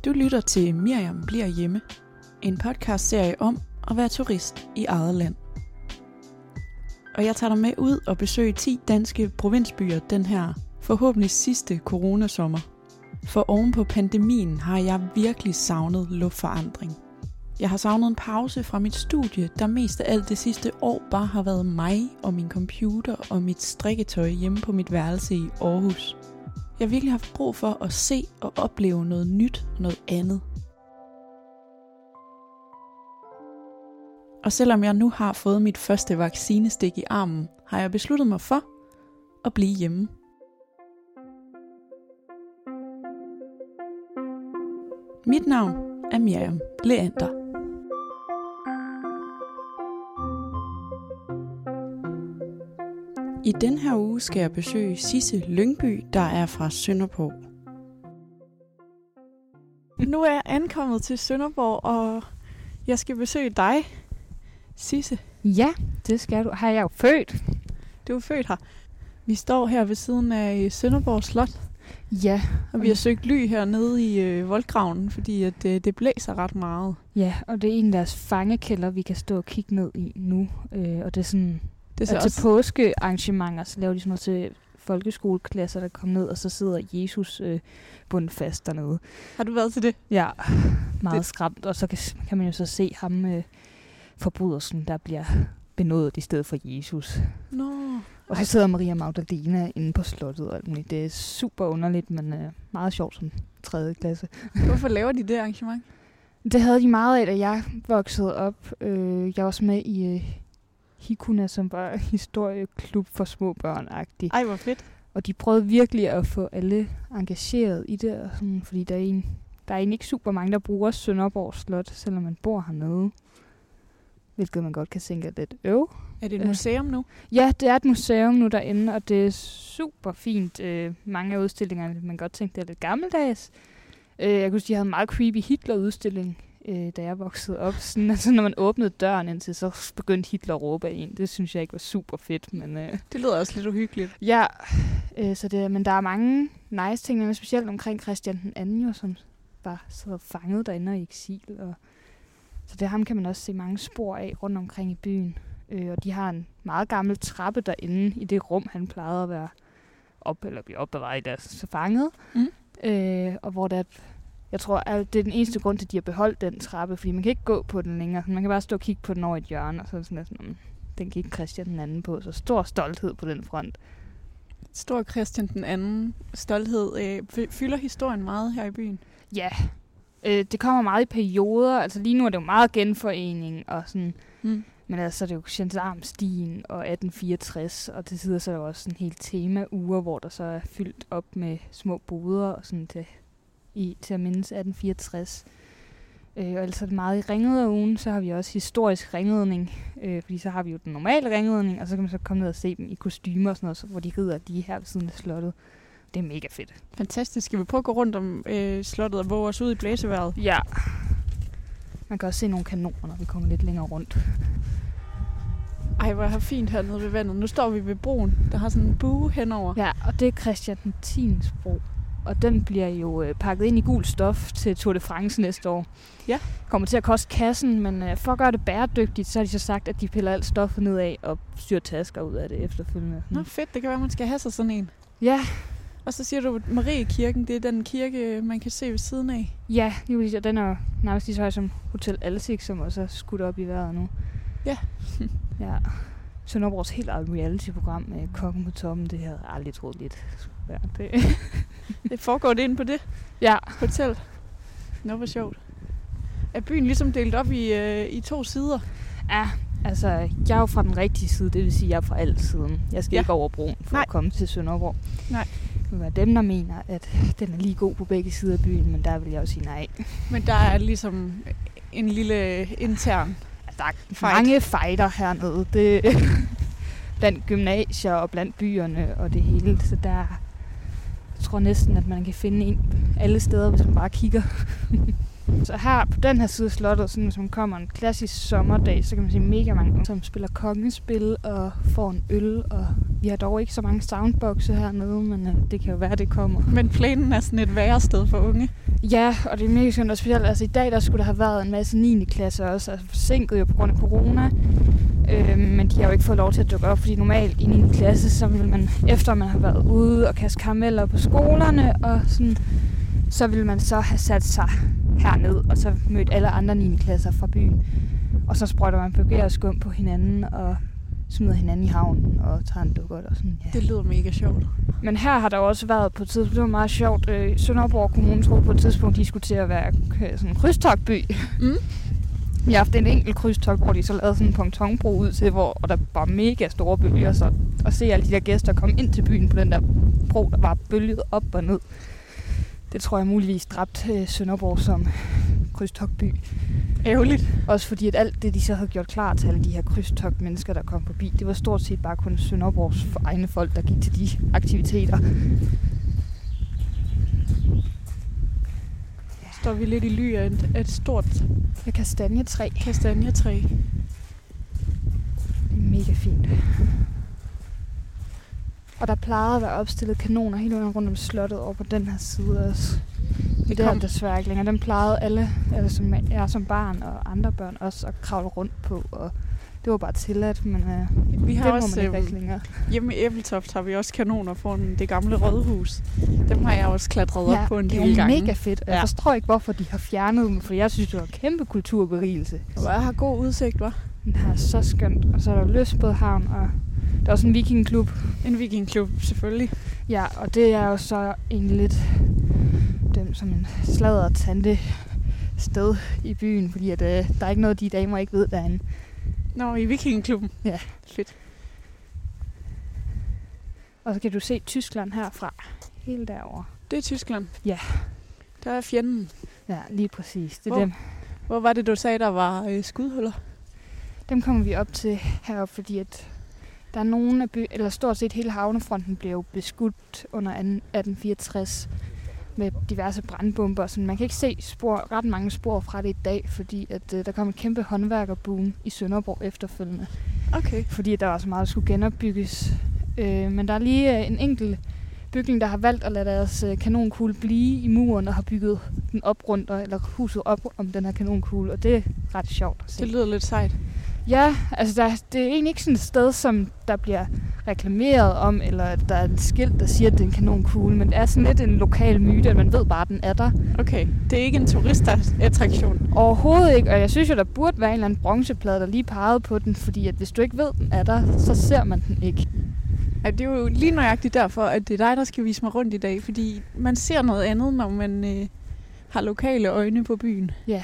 Du lytter til Miriam bliver hjemme, en podcastserie om at være turist i eget land. Og jeg tager dig med ud og besøge 10 danske provinsbyer den her forhåbentlig sidste coronasommer. For oven på pandemien har jeg virkelig savnet luftforandring. Jeg har savnet en pause fra mit studie, der mest af alt det sidste år bare har været mig og min computer og mit strikketøj hjemme på mit værelse i Aarhus. Jeg har virkelig haft brug for at se og opleve noget nyt og noget andet. Og selvom jeg nu har fået mit første vaccinestik i armen, har jeg besluttet mig for at blive hjemme. Mit navn er Miriam Leander. I den her uge skal jeg besøge Sisse Lyngby, der er fra Sønderborg. Nu er jeg ankommet til Sønderborg, og jeg skal besøge dig, Sisse. Ja, det skal du. Har jeg jo født. Du er født her. Vi står her ved siden af Sønderborg Slot. Ja. Og vi har søgt ly hernede i voldgraven, fordi at, det blæser ret meget. Ja, og det er en af deres fangekælder, vi kan stå og kigge ned i nu. Og det er sådan... Det er til påskearrangementer, så laver de sådan noget til folkeskoleklasser, der kommer ned, og så sidder Jesus bundet fast dernede. Har du været til det? Ja, meget skræmt. Og så kan man jo så se ham, forbrydelsen, der bliver benådet i stedet for Jesus. Nå. Og så sidder Maria Magdalena inde på slottet og alt muligt. Det er super underligt, men meget sjovt som 3. klasse. Hvorfor laver de det arrangement? Det havde de meget af, da jeg voksede op. Jeg var også med i... Hikuna, som var historieklub for små børn-agtig. Ej, hvor fedt. Og de prøvede virkelig at få alle engageret i det, og sådan, fordi der er egentlig ikke super mange, der bruger Sønderborg Slot, selvom man bor hernede. Hvilket man godt kan tænke lidt øv. Er det et museum nu? Ja, det er et museum nu derinde, og det er super fint. Mange af udstillingerne, man kan godt tænke, det er lidt gammeldags. Jeg kunne huske, de havde en meget creepy Hitler-udstilling, da jeg voksede op. Sådan, altså, når man åbnede døren indtil, så begyndte Hitler at råbe af en. Det synes jeg ikke var super fedt. Men, det lyder også lidt uhyggeligt. Ja, men der er mange nice ting, specielt omkring Christian den anden, jo, som var så fanget derinde i eksil. Så det ham kan man også se mange spor af rundt omkring i byen. Og de har en meget gammel trappe derinde i det rum, han plejede at være blive opbevaret i deres fanget. Mm. Og hvor der jeg tror, at det er den eneste grund til, at de har beholdt den trappe, fordi man kan ikke gå på den længere. Man kan bare stå og kigge på den over et hjørne, og så sådan, den gik Christian den anden på. Så stor stolthed på den front. Stor Christian den anden stolthed. Fylder historien meget her i byen? Ja, det kommer meget i perioder. Altså lige nu er det jo meget genforening og sådan. Mm. Men altså er det jo Gendarmstien og 1864, og til tider så er der også sådan en helt tema-uger, hvor der så er fyldt op med små boder og sådan til at mindes 1864. Og ellers er det meget i ringriderugen, så har vi også historisk ringridning, fordi så har vi jo den normale ringridning, og så kan man så komme ned og se dem i kostymer og sådan noget, hvor de rider lige her ved siden af slottet. Det er mega fedt. Fantastisk. Skal vi prøve at gå rundt om slottet og våge os ud i blæsevejret? Ja. Man kan også se nogle kanoner, når vi kommer lidt længere rundt. Ej, hvor er fint hernede ved vandet. Nu står vi ved broen, der har sådan en bue henover. Ja, og det er Christian den 10. bro. Og den bliver jo pakket ind i gul stof til Tour de France næste år. Ja. Kommer til at koste kassen, men for at gøre det bæredygtigt, så har de så sagt, at de piller alt stoffet ned af og syr tasker ud af det efterfølgende. Nå, fedt. Det kan være, man skal have sig sådan en. Ja. Og så siger du, at Mariekirken, det er den kirke, man kan se ved siden af. Ja, og den er nærmest lige så høj som Hotel Alsik, som også er skudt op i vejret nu. Ja. Ja. Sønderborgs helt eget reality-program med Kokken på toppen, det havde jeg aldrig troet lidt. Ja, det foregår det inde på det? Ja. Hotel. Nå, hvor sjovt. Er byen ligesom delt op i 2 sider? Ja, altså jeg er jo fra den rigtige side, det vil sige, jeg er fra alt siden. Jeg skal ikke over broen for at komme til Sønderborg. Nej. Det vil være dem, der mener, at den er lige god på begge sider af byen, men der vil jeg jo sige nej. Men der er ligesom en lille intern der er mange fighter hernede. Det blandt gymnasier og blandt byerne og det hele. Så der, jeg tror næsten, at man kan finde en alle steder, hvis man bare kigger. Så her på den her side af slottet, sådan, hvis man kommer en klassisk sommerdag, så kan man se mega mange, som spiller kongespil og får en øl. Og vi har dog ikke så mange soundboxe hernede, men det kan jo være, det kommer. Men planen er sådan et værested for unge? Ja, og det er mega skønt, og specielt altså i dag, der skulle der have været en masse 9. klasser også, altså forsinket jo på grund af corona. Men de har jo ikke fået lov til at dukke op, fordi normalt i 9. klasse, så vil man, efter man har været ude og kaste karameller på skolerne, og sådan, så vil man så have sat sig herned, og så mødt alle andre 9. klasser fra byen. Og så sprøjter man begær skum på hinanden, og smider hinanden i havnen, og tager en dukkert og sådan, ja. Det lyder mega sjovt. Men her har der også været på et tidspunkt, det var meget sjovt, Sønderborg Kommune troede på et tidspunkt, de skulle til at være sådan en krydstogtby. Vi har haft en enkelt krydstogt, hvor de så lavede sådan en pontonbro ud til, hvor der var mega store bølger, så at se alle de der gæster komme ind til byen på den der bro, der var bølget op og ned. Det tror jeg muligvis dræbte Sønderborg som krydstogtby. Ærgerligt. Også fordi, at alt det, de så havde gjort klar til alle de her krydstogt-mennesker, der kom forbi, det var stort set bare kun Sønderborgs egne folk, der gik til de aktiviteter. Står vi lidt i ly af et stort kastanjetræ. Kastanjetræ. Mega fint. Og der plejede at være opstillet kanoner hele vejen rundt om slottet over på den her side også. Det er desværre ikke længere. Den plejede alle, som jeg som barn og andre børn også at kravle rundt på. Og det var bare tilladt, men vi har det også, må man ikke længere. Hjemme i Ebeltoft har vi også kanoner foran det gamle rådhus. Dem har jeg også klatret op på en del gange. det er mega fedt. Jeg forstår ikke, hvorfor de har fjernet dem, for jeg synes, det var en kæmpe kulturberigelse. Og jeg har god udsigt, hva'? Den her er så skønt. Og så er der Løsbådhavn, og der er også en vikingklub. En vikingklub, selvfølgelig. Ja, og det er jo så egentlig lidt dem som en sladder tante sted i byen, fordi at, der er ikke noget, de damer ikke ved derinde. Nå, i vikingklubben. Ja. Fedt. Og så kan du se Tyskland herfra. Helt derovre. Det er Tyskland? Ja. Der er fjenden. Ja, lige præcis. Det er dem. Hvor var det, du sagde, der var skudhuller? Dem kommer vi op til heroppe, fordi at der er nogen af eller stort set hele havnefronten blev beskudt under 1864 med diverse brandbomber. Så man kan ikke se ret mange spor fra det i dag, fordi at der kom et kæmpe håndværkerboom i Sønderborg efterfølgende. Okay. Fordi der var så meget, der skulle genopbygges. Men der er lige en enkelt bygning, der har valgt at lade deres kanonkugle blive i muren og har bygget den op rundt, eller huset op om den her kanonkugle, og det er ret sjovt at se. Det lyder lidt sejt. Ja, altså det er egentlig ikke sådan et sted, som der bliver reklameret om, eller at der er et skilt, der siger, at det er en kanonkugle, men det er sådan lidt en lokal myte, at man ved bare, at den er der. Okay, det er ikke en turistattraktion? Overhovedet ikke, og jeg synes jo, der burde være en eller anden bronzeplade, der lige pegede på den, fordi at hvis du ikke ved, den er der, så ser man den ikke. Ja, det er jo lige nøjagtigt derfor, at det er dig, der skal vise mig rundt i dag, fordi man ser noget andet, når man har lokale øjne på byen. Ja.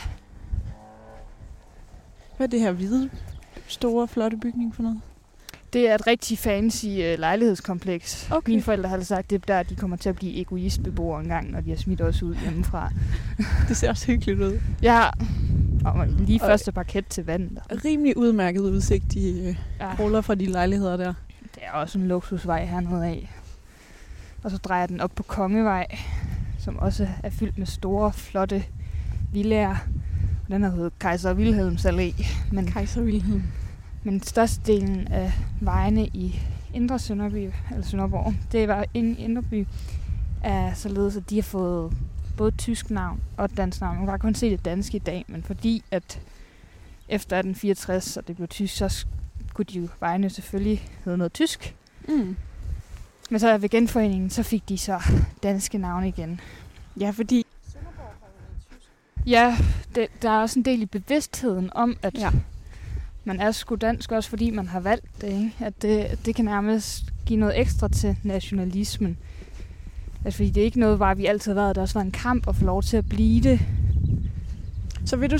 Hvad er det her hvide, store, flotte bygning for noget? Det er et rigtig fancy lejlighedskompleks. Okay. Mine forældre har sagt, det er der, de kommer til at blive egoistbeboere engang, når de har smidt os ud hjemmefra. Det ser også hyggeligt ud. Ja, og lige første parket til vandet. Rimelig udmærket udsigt, de ruller fra de lejligheder der. Det er også en luksusvej hernede af. Og så drejer den op på Kongevej, som også er fyldt med store, flotte villaer. Den har heddet Kejser Wilhelms Allé. Kejser Wilhelm. Men størstedelen af vejene i Indre Sønderby, eller Sønderborg, det var inde i Indre By, er således, at de har fået både tysk navn og dansk navn. Man kan kun se det danske i dag, men fordi at efter 1864, og det blev tysk, så kunne de jo vejene selvfølgelig hedde noget tysk. Mm. Men så ved genforeningen, så fik de så danske navne igen. Ja, fordi ja, der er også en del i bevidstheden om, at man er sgu dansk, også fordi man har valgt det, ikke? At det kan nærmest give noget ekstra til nationalismen. Altså, fordi det er ikke noget, hvor vi altid har været. Der også var en kamp at få lov til at blive det. Så vil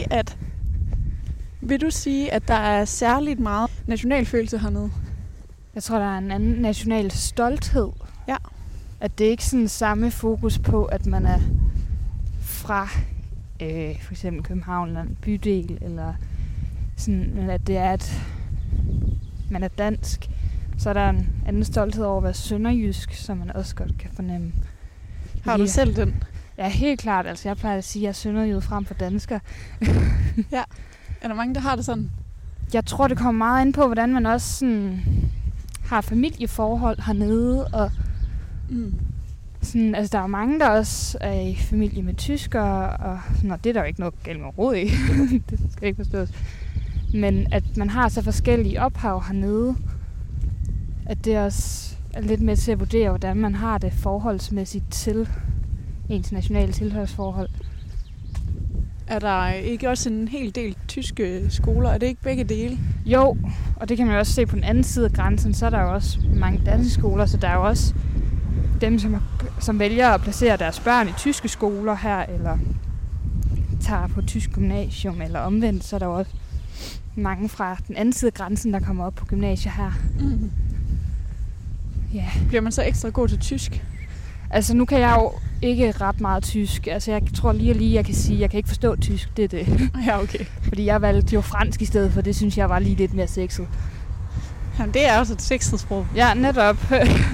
du sige, at der er særligt meget nationalfølelse hernede? Jeg tror, der er en anden national stolthed. Ja. At det ikke sådan samme fokus på, at man er fra for eksempel København eller en bydel, eller sådan, men at det er, at man er dansk. Så er der en anden stolthed over at være sønderjysk, som man også godt kan fornemme. Har du selv den? Ja, helt klart. Altså, jeg plejer at sige, at jeg er sønderjyde frem for dansker. Ja. Er der mange, der har det sådan? Jeg tror, det kommer meget ind på, hvordan man også sådan har familieforhold hernede, og Sådan, altså, der er mange, der også er i familie med tyskere, og det er der jo ikke noget galt med overhovedet ikke. Det skal ikke forstås. Men at man har så forskellige ophav hernede, at det også er lidt med til at vurdere, hvordan man har det forholdsmæssigt til ens nationale tilhørsforhold. Er der ikke også en hel del tyske skoler? Er det ikke begge dele? Jo, og det kan man også se på den anden side af grænsen. Så er der jo også mange danske skoler, så der er jo også dem, som vælger at placere deres børn i tyske skoler her, eller tager på tysk gymnasium, eller omvendt, så er der jo også mange fra den anden side af grænsen, der kommer op på gymnasiet her. Mm. Ja. Bliver man så ekstra god til tysk? Altså, nu kan jeg jo ikke ret meget tysk. Altså, jeg tror lige, jeg kan sige, jeg kan ikke forstå tysk. Det er det. Ja, okay. Fordi jeg valgte jo fransk i stedet, for det synes jeg var lige lidt mere sexet. Jamen, det er også et sexet sprog. Ja, netop.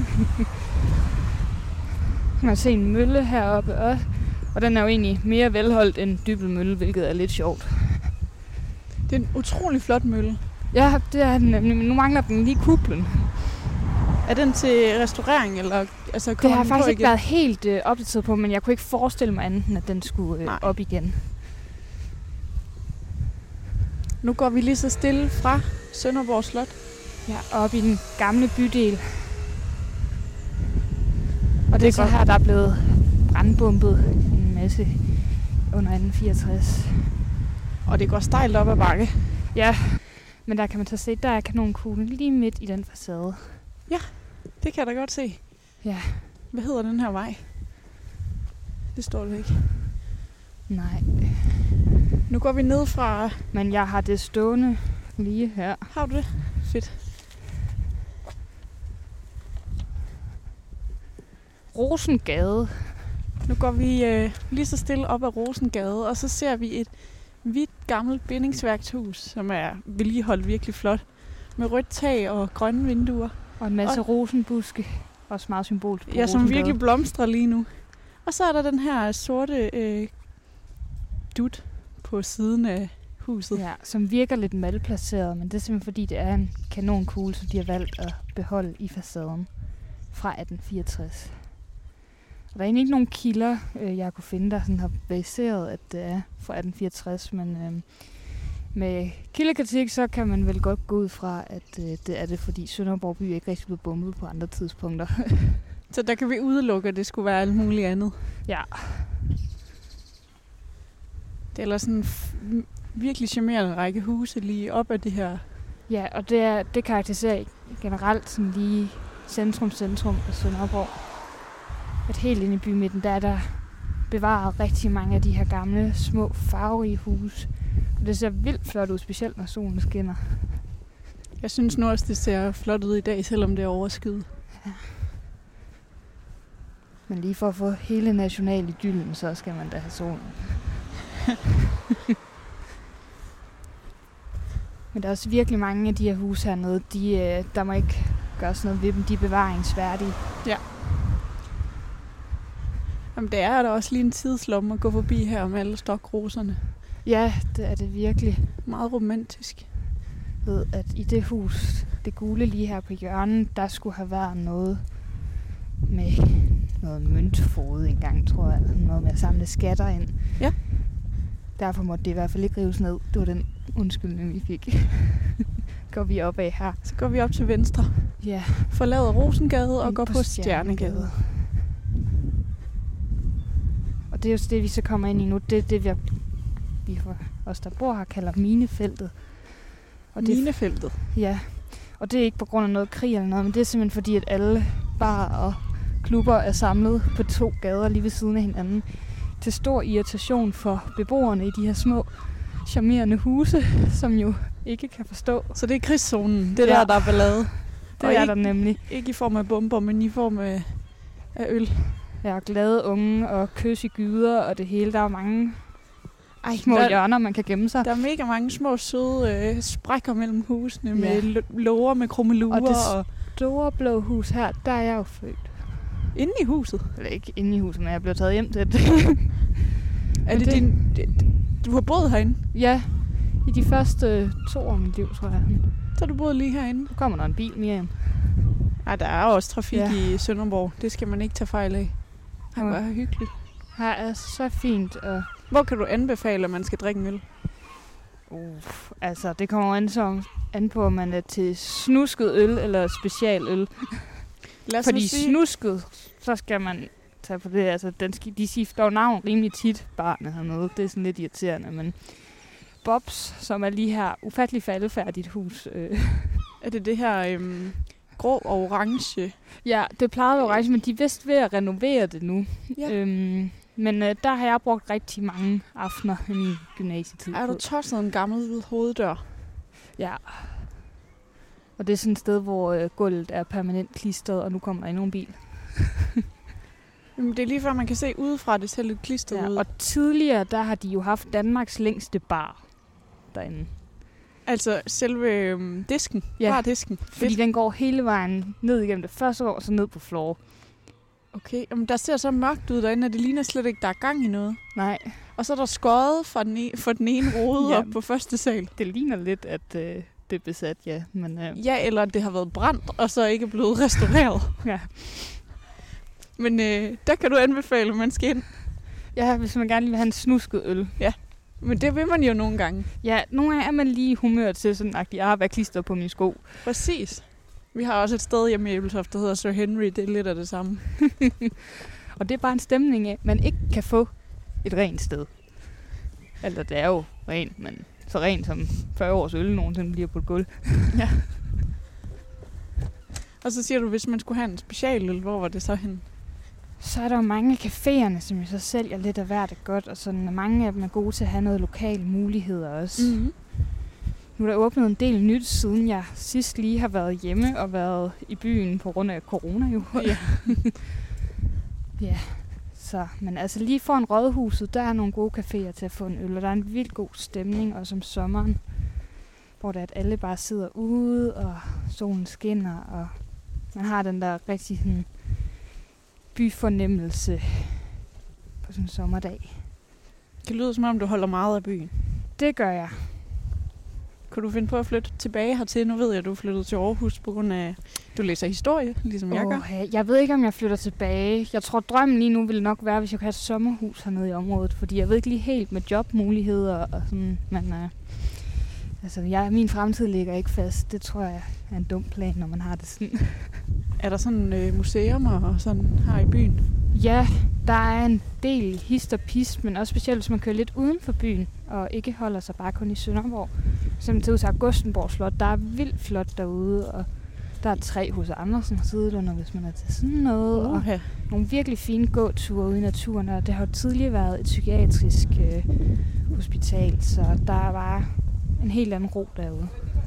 Man kan se en mølle heroppe også. Og den er jo egentlig mere velholdt end Dybbøl Mølle, hvilket er lidt sjovt. Det er en utrolig flot mølle. Ja, det er den nemlig, men nu mangler den lige kuplen. Er den til restaurering, eller altså Det har jeg faktisk ikke været helt opdateret på, men jeg kunne ikke forestille mig andet, at den skulle op igen. Nu går vi lige så stille fra Sønderborg Slot. Ja, op i den gamle bydel. Og det er så her, der er blevet brandbombet en masse under 1864. Og det går stejlt op ad bakke. Ja, men der kan man så se, der er kanonkuglen lige midt i den facade. Ja, det kan jeg da godt se. Ja. Hvad hedder den her vej? Det står det ikke. Nej. Nu går vi ned fra... Men jeg har det stående lige her. Har du det? Fedt. Rosengade. Nu går vi lige så stille op ad Rosengade, og så ser vi et hvidt gammelt bindingsværkshus, som er vedligeholdt virkelig flot. Med rødt tag og grønne vinduer. Og en masse rosenbuske. Også meget symbolisk på ja, som Rosengade. virkelig blomstrer lige nu. Og så er der den her sorte dut på siden af huset. Ja, som virker lidt malplaceret, men det er simpelthen fordi, det er en kanonkugle, som de har valgt at beholde i facaden fra 1864. Og der er egentlig ikke nogen kilder, jeg kunne finde, der sådan har baseret, at det er fra 1864, men med kildekritik, så kan man vel godt gå ud fra, at det er det, fordi Sønderborg by ikke rigtig blev bombet på andre tidspunkter. Så der kan vi udelukke, at det skulle være alt muligt andet. Ja. Det er ellers sådan en virkelig charmerende række huse lige op af det her. Ja, og det karakteriserer generelt sådan lige centrum af Sønderborg. At helt inde i bymidten, der er der bevaret rigtig mange af de her gamle, små, farverige huse. Og det ser vildt flot ud, specielt når solen skinner. Jeg synes nu også, det ser flot ud i dag, selvom det er overskyet. Ja. Men lige for at få hele nationalidyllen, så skal man da have solen. Men der er også virkelig mange af de her huse hernede, der må ikke gøres noget ved dem, de er bevaringsværdige. Ja. Jamen, det er der også lige en tidslomme at gå forbi her med alle stokroserne. Ja, det er det virkelig. Meget romantisk. Ved, at i det hus, det gule lige her på hjørnet, der skulle have været noget med noget møntfode engang, tror jeg. Noget med at samle skatter ind. Ja. Derfor måtte det i hvert fald ikke rives ned. Det var den undskyldning, vi fik. Går vi op af her. Så går vi op til venstre. Ja. Forlader Rosengade og går på Stjernegade. Og det er jo det, vi så kommer ind i nu. Det er det, vi for os, der bor her, kalder minefeltet. Og minefeltet? Ja. Og det er ikke på grund af noget krig eller noget, men det er simpelthen fordi, at alle barer og klubber er samlet på 2 gader lige ved siden af hinanden. Til stor irritation for beboerne i de her små, charmerende huse, som jo ikke kan forstå. Så det er krigszonen, det der er ballade. Det og er der nemlig. Ikke i form af bomber, men i form af øl. Ja, glade unge og kys i gyder og det hele. Der er mange små hjørner, man kan gemme sig. Der er mega mange små, søde sprækker mellem husene med låger med krummelurer. Og det store blå hus her, der er jeg jo født. Inde i huset? Eller ikke inde i huset, men jeg blev taget hjem til det. Er det din... Du har boet herinde? Ja, i de første 2 år af mit liv, tror jeg. Så har du boet lige herinde? Nu kommer der en bil mere hjem. Ej, der er også trafik i Sønderborg. Det skal man ikke tage fejl af. Ej, hvor er hyggeligt. Her er så fint. Og Hvor kan du anbefale, at man skal drikke en øl? altså, det kommer an på, om man er til snusket øl eller specialøl. Fordi snusket, så skal man tage på det. Altså, de skifter jo navn rimelig tit, barnet hernede. Det er sådan lidt irriterende, men Bobs, som er lige her ufattelig faldefærdigt hus. Er det her grå og orange? Ja, det plejede orange, men de er vist ved at renovere det nu. Ja. Men der har jeg brugt rigtig mange aftener i min gymnasietid. Er du tosset en gammel hvid hoveddør? Ja. Og det er sådan et sted, hvor gulvet er permanent klistret, og nu kommer der endnu en bil. Jamen, det er lige før, man kan se udefra, det ser lidt klistret ud. Og tidligere, der har de jo haft Danmarks længste bar derinde. Altså selve disken? Ja, bardisken. fordi den går hele vejen ned igennem det første år, og så ned på floor. Okay, men der ser så mørkt ud derinde, og det ligner slet ikke, der er gang i noget. Nej. Og så er der skåret for den ene rode op på første sal. Det ligner lidt, at det er besat, ja. Men, ja, eller det har været brændt, og så ikke blevet restaureret. Ja. Men der kan du anbefale, at man skal ind. Ja, hvis man gerne vil have en snusket øl. Ja, men det vil man jo nogle gange. Ja, nogle gange er man lige humør til sådan, at jeg har været klister på mine sko. Præcis. Vi har også et sted hjemme i Ebeltoft, der hedder Sir Henry. Det er lidt af det samme. Og det er bare en stemning af, at man ikke kan få et rent sted. Altså, det er jo rent, men så rent som 40 års øl nogensinde bliver på et gulv. Ja. Og så siger du, hvis man skulle have en specialøl, hvor var det så hen? Så er der jo mange af caféerne, som jo så sælger lidt af hvert godt, og sådan mange af dem er gode til at have noget lokale muligheder også. Mm-hmm. Nu er der åbnet en del nyt, siden jeg sidst lige har været hjemme og været i byen på grund af corona jo. Ja. Ja, så, men altså lige foran Rådhuset, der er nogle gode caféer til at få en øl, og der er en vildt god stemning, også om sommeren, hvor der at alle bare sidder ude, og solen skinner, og man har den der rigtig sådan byfornemmelse på sådan en sommerdag. Det lyder som om, du holder meget af byen. Det gør jeg. Kunne du finde på at flytte tilbage hertil? Nu ved jeg, at du er flyttet til Aarhus på grund af, du læser historie, ligesom jeg gør. Jeg ved ikke, om jeg flytter tilbage. Jeg tror, drømmen lige nu ville nok være, hvis jeg kunne have et sommerhus hernede i området. Fordi jeg ved ikke lige helt med jobmuligheder og sådan. Men altså, min fremtid ligger ikke fast. Det tror jeg er en dum plan, når man har det sådan. Er der sådan museer og sådan her i byen? Ja, der er en del hist og pist, men også specielt, hvis man kører lidt uden for byen, og ikke holder sig bare kun i Sønderborg. Simpelthen til ud til Augustenborg Slot, der er vildt flot derude, og der er 3 hos Andersen sidelunder, hvis man er til sådan noget. Og nogle virkelig fine gåture ude i naturen, og det har jo tidligere været et psykiatrisk hospital, så der var en helt anden ro derude.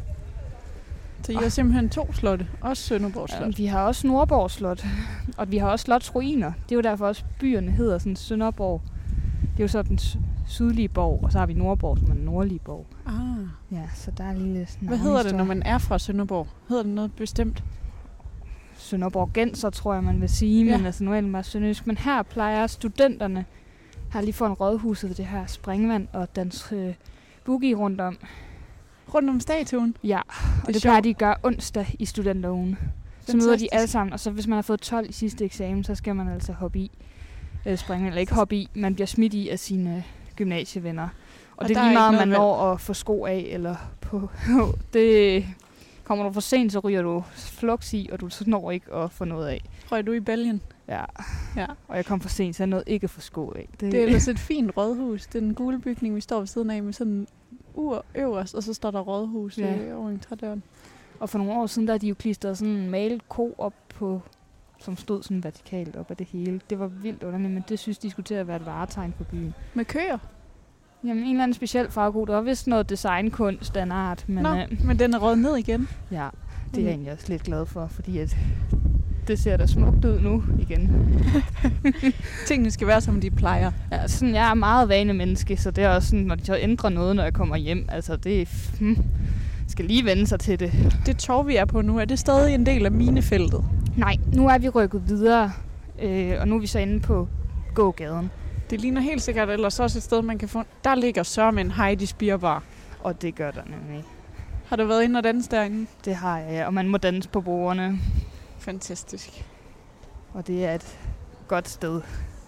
Så I har simpelthen 2 slotte, også Sønderborg Slot? Vi har også Nordborg Slot, og vi har også slotsruiner. Det er jo derfor også byerne hedder sådan Sønderborg. Det er jo så den sydlige borg, og så har vi Nordborg, som er den nordlige borg. Ah. Ja, så der er lige sådan. Hvad hedder det, når man er fra Sønderborg? Hedder det noget bestemt? Sønderborgenser, tror jeg, man vil sige, men altså nu er det bare sønderjysk. Men her plejer studenterne, har lige foran Rådhuset ved det her springvand og danse boogie rundt om. Rundt om statuen? Ja, og det plejer de at gøre onsdag i studenterugen. Så møder de alle sammen, og så hvis man har fået 12 i sidste eksamen, så skal man altså hoppe i. Springe, eller ikke hoppe i, man bliver smidt i af sine gymnasievenner. Og det er lige meget, man når at få sko af, eller på. Det kommer du for sent, så ryger du fluks i, og du når ikke at få noget af. Røg du i baljen? Ja. Og jeg kom for sent, så jeg nåede ikke at få sko af. Det er ellers et fint rådhus. Det er den gule bygning, vi står ved siden af, med sådan en ur øverst, og så står der rådhus over en trædøren. Og for nogle år siden, der er de jo klistret sådan en malet ko op på, som stod sådan vertikalt op af det hele. Det var vildt underligt, men det synes de skulle til at være et varetegn på byen. Med køer? Jamen, en eller anden speciel farvekode. Der var vist noget designkunst af en art. Men, men den er røget ned igen? Ja, det er jeg egentlig også lidt glad for, fordi at det ser da smukt ud nu igen. Tingene skal være, som de plejer. Ja, sådan, jeg er meget vanemenneske, så det er også sådan, når de så ændrer noget, når jeg kommer hjem. Altså, det skal lige vende sig til det. Det tog, vi er på nu, er det stadig en del af minefeltet? Nej, nu er vi rykket videre, og nu er vi så inde på gågaden. Det ligner helt sikkert ellers også et sted, man kan få. Der ligger sørme en Heidi's Bierbar. Og det gør der nemlig. Har du været inde og danse derinde? Det har jeg, ja. Og man må danse på bordene. Fantastisk. Og det er et godt sted.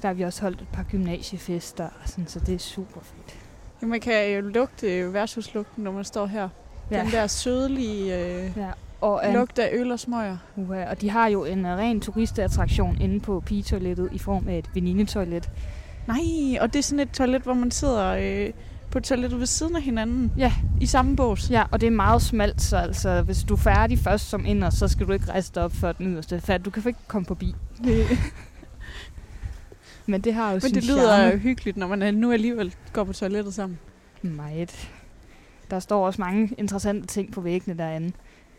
Der har vi også holdt et par gymnasiefester, og sådan, så det er super fedt. Ja, man kan jo lugte værtshuslugten, når man står her. Ja. Den der sødlige lugt af øl og smøger. Og de har jo en ren turistattraktion inde på pigetoilettet i form af et venindetoilet. Nej, og det er sådan et toilet, hvor man sidder på toilettet ved siden af hinanden. Ja. I samme bås. Ja, og det er meget smalt, så altså, hvis du er færdig først som inder, så skal du ikke rejse dig op for den yderste. Du kan ikke komme forbi. Men det har jo Men det lyder hyggeligt, når man nu alligevel går på toilettet sammen. Meget. Der står også mange interessante ting på væggene derinde.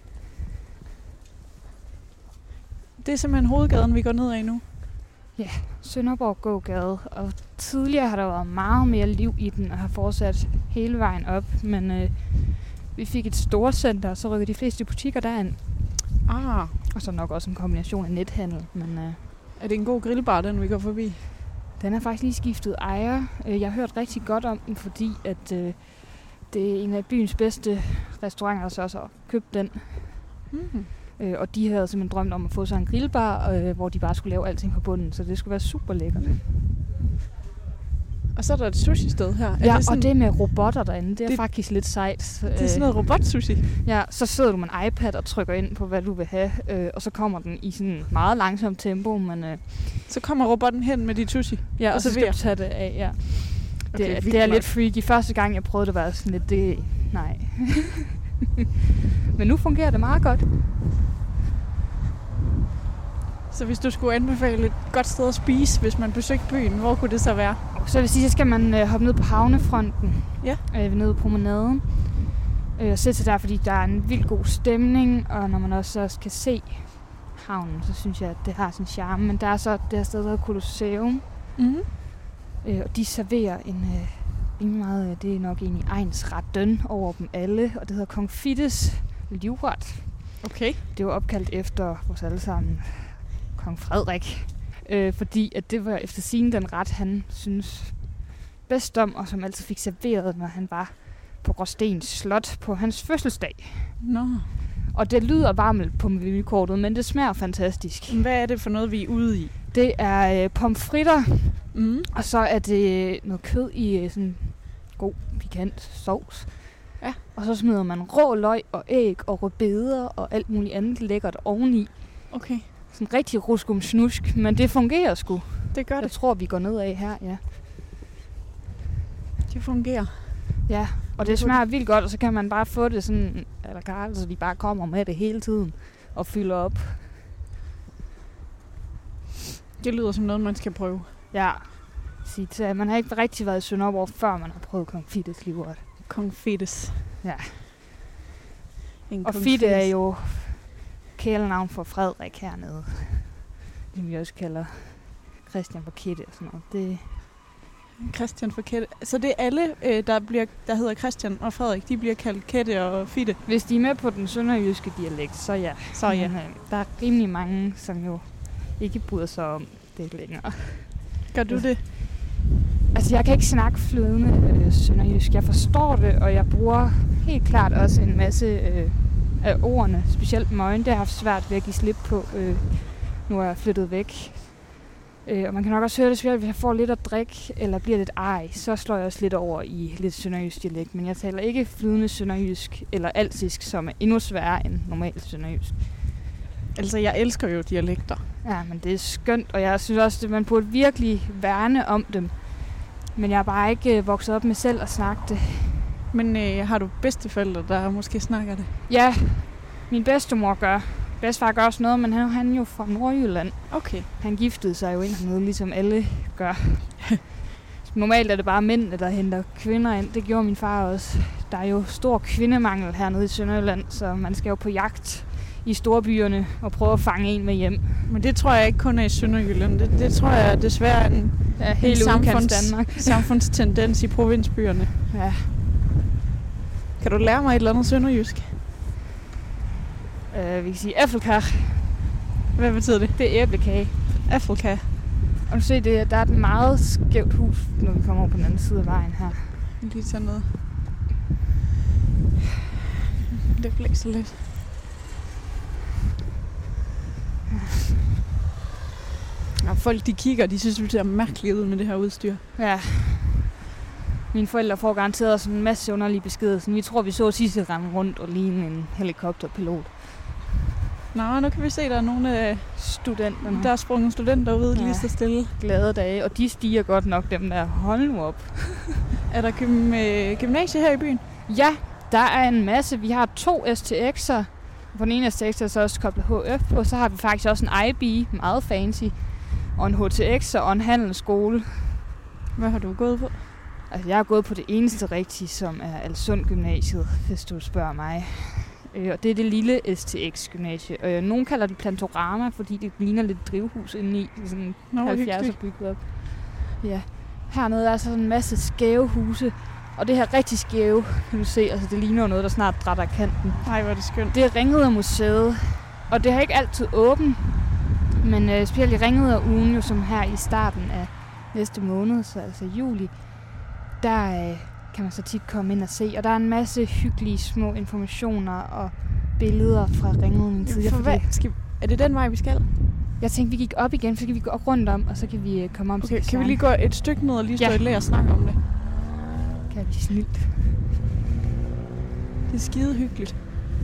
Det er simpelthen hovedgaden, vi går ned ad nu. Ja, Sønderborg gågade. Og tidligere har der været meget mere liv i den, og har fortsat hele vejen op. Men vi fik et storcenter, og så rykker de fleste butikker derind. Og så nok også en kombination af nethandel. Men, er det en god grillbar, den vi går forbi? Den er faktisk lige skiftet ejer. Jeg har hørt rigtig godt om den, fordi at det er en af byens bedste restauranter, der så også har købt den. Mm-hmm. Og de havde simpelthen drømt om at få sig en grillbar, hvor de bare skulle lave alting på bunden. Så det skulle være super lækkert. Og så er der et sushi-sted her. Ja, det sådan... og det med robotter derinde, det er faktisk lidt sejt. Det er sådan noget robot-sushi? Ja, så sidder du med en iPad og trykker ind på, hvad du vil have, og så kommer den i sådan meget langsomt tempo. Men, så kommer robotten hen med dit sushi? Ja, og så skal du tage det af, ja. Okay, det er lidt freaky. Første gang, jeg prøvede det, var sådan lidt, nej. Men nu fungerer det meget godt. Så hvis du skulle anbefale et godt sted at spise, hvis man besøgte byen, hvor kunne det så være? Så vil sige, så skal man hoppe ned på havnefronten. Ja. Nede på promenaden. Og sætte sig der, fordi der er en vildt god stemning, og når man også kan se havnen, så synes jeg, at det har sin charme. Men der er så det her sted, der hedder Colosseum. Mm-hmm. Og de serverer det er nok egentlig egnsretten over dem alle, og det hedder Kong Fittes livret. Okay. Det var opkaldt efter vores allesammen Kong Frederik, fordi at det var efter sigende den ret, han synes bedst om, og som altid fik serveret, når han var på Gråstens Slot på hans fødselsdag. Nå. Og det lyder varmt på menukortet, men det smager fantastisk. Hvad er det for noget, vi er ude i? Det er pomfritter, og så er det noget kød i sådan god, pikant sovs. Ja. Og så smider man rå løg og æg og rødbeder og alt muligt andet lækkert oveni. Okay. Sådan rigtig ruskum-snusk, men det fungerer sgu. Det gør det. Jeg tror, vi går ned af her, ja. Det fungerer. Ja, og det smager vildt godt, og så kan man bare få det sådan, så de bare kommer med det hele tiden og fylder op. Det lyder som noget, man skal prøve. Ja. Man har ikke rigtig været i Sønderborg, før man har prøvet Kong Fittes livret. Kong Fittes. Ja. Og Fitte er jo kælenavn for Frederik hernede. Det vi også kalder Christian for Kette og sådan noget. Det Christian for Kette. Så det er alle, der hedder Christian og Frederik, de bliver kaldt Kette og Fitte? Hvis de er med på den sønderjyske dialekt, så ja. Men, der er rimelig mange, som jo ikke bryder sig om det længere. Gør du det? Altså, jeg kan ikke snakke flydende sønderjysk. Jeg forstår det, og jeg bruger helt klart også en masse af ordene. Specielt møgen, det har jeg haft svært ved at give slip på. Nu er jeg flyttet væk. Og man kan nok også høre det svært, hvis jeg får lidt at drikke, eller bliver lidt så slår jeg også lidt over i lidt sønderjysk dialekt. Men jeg taler ikke flydende sønderjysk eller alsisk, som er endnu sværere end normalt sønderjysk. Altså, jeg elsker jo dialekter. Ja, men det er skønt, og jeg synes også, at man burde virkelig værne om dem. Men jeg er bare ikke vokset op med selv at snakke det. Men har du bedsteforældre, der måske snakker det? Ja, min bedstemor gør. Bedstefar gør også noget, men han er jo fra Nordjylland. Okay. Han giftede sig jo ind hernede, ligesom alle gør. Normalt er det bare mænd, der henter kvinder ind. Det gjorde min far også. Der er jo stor kvindemangel hernede i Sønderjylland, så man skal jo på jagt i storbyerne og prøve at fange en med hjem. Men det tror jeg ikke kun er i Sønderjylland. Det tror jeg desværre er en samfundstendens i provinsbyerne. Ja. Kan du lære mig et eller andet sønderjysk? Vi kan sige æffelkage. Hvad betyder det? Det er æblekage. Æffelkage. Og du ser, der er et meget skævt hus, når vi kommer over på den anden side af vejen her. Jeg lige tage noget. Det blæser lidt. Og Folk, de kigger, de synes, det ser mærkeligt ud med det her udstyr. Ja. Mine forældre får garanteret sådan en masse underlige beskeder. Sådan, vi tror, vi så sidste rende rundt og ligne en helikopterpilot. Nå, nu kan vi se, der er nogle af studenterne. Der er sprunget studenter ud lige så stille. Glade dage, og de stiger godt nok, dem der. Hold nu op. Er der gymnasie her i byen? Ja, der er en masse. Vi har 2 STX'er. På den ene STX er så også koblet HF, og så har vi faktisk også en IB, meget fancy, og en HTX og en handelsskole. Hvad har du gået på? Altså, jeg har gået på det eneste rigtige, som er Alsund Gymnasiet, hvis du spørger mig. Og det er det lille STX-gymnasie. Nogen kalder det Plantorama, fordi det ligner lidt drivhus indeni. Sådan 70'er bygget op. Ja. Hernede er så en masse skæve huse. Og det her rigtig skæve, kan du se. Altså, det ligner noget, der snart drætter kanten. Nej, hvor er det skønt. Det er Ringridermuseet. Og det har ikke altid åbent. Men specielt i Ringriderugen, jo som her i starten af næste måned, så altså juli, der kan man så tit komme ind og se. Og der er en masse hyggelige små informationer og billeder fra Ringridning tidligere. Er det den vej, vi skal? Jeg tænkte, vi gik op igen, så kan vi gå op rundt om, og så kan vi komme om til Okay, kan vi lige gå et stykke ned og lige stå et lag og snakke om det? Kan vi snilt. Det er skide hyggeligt.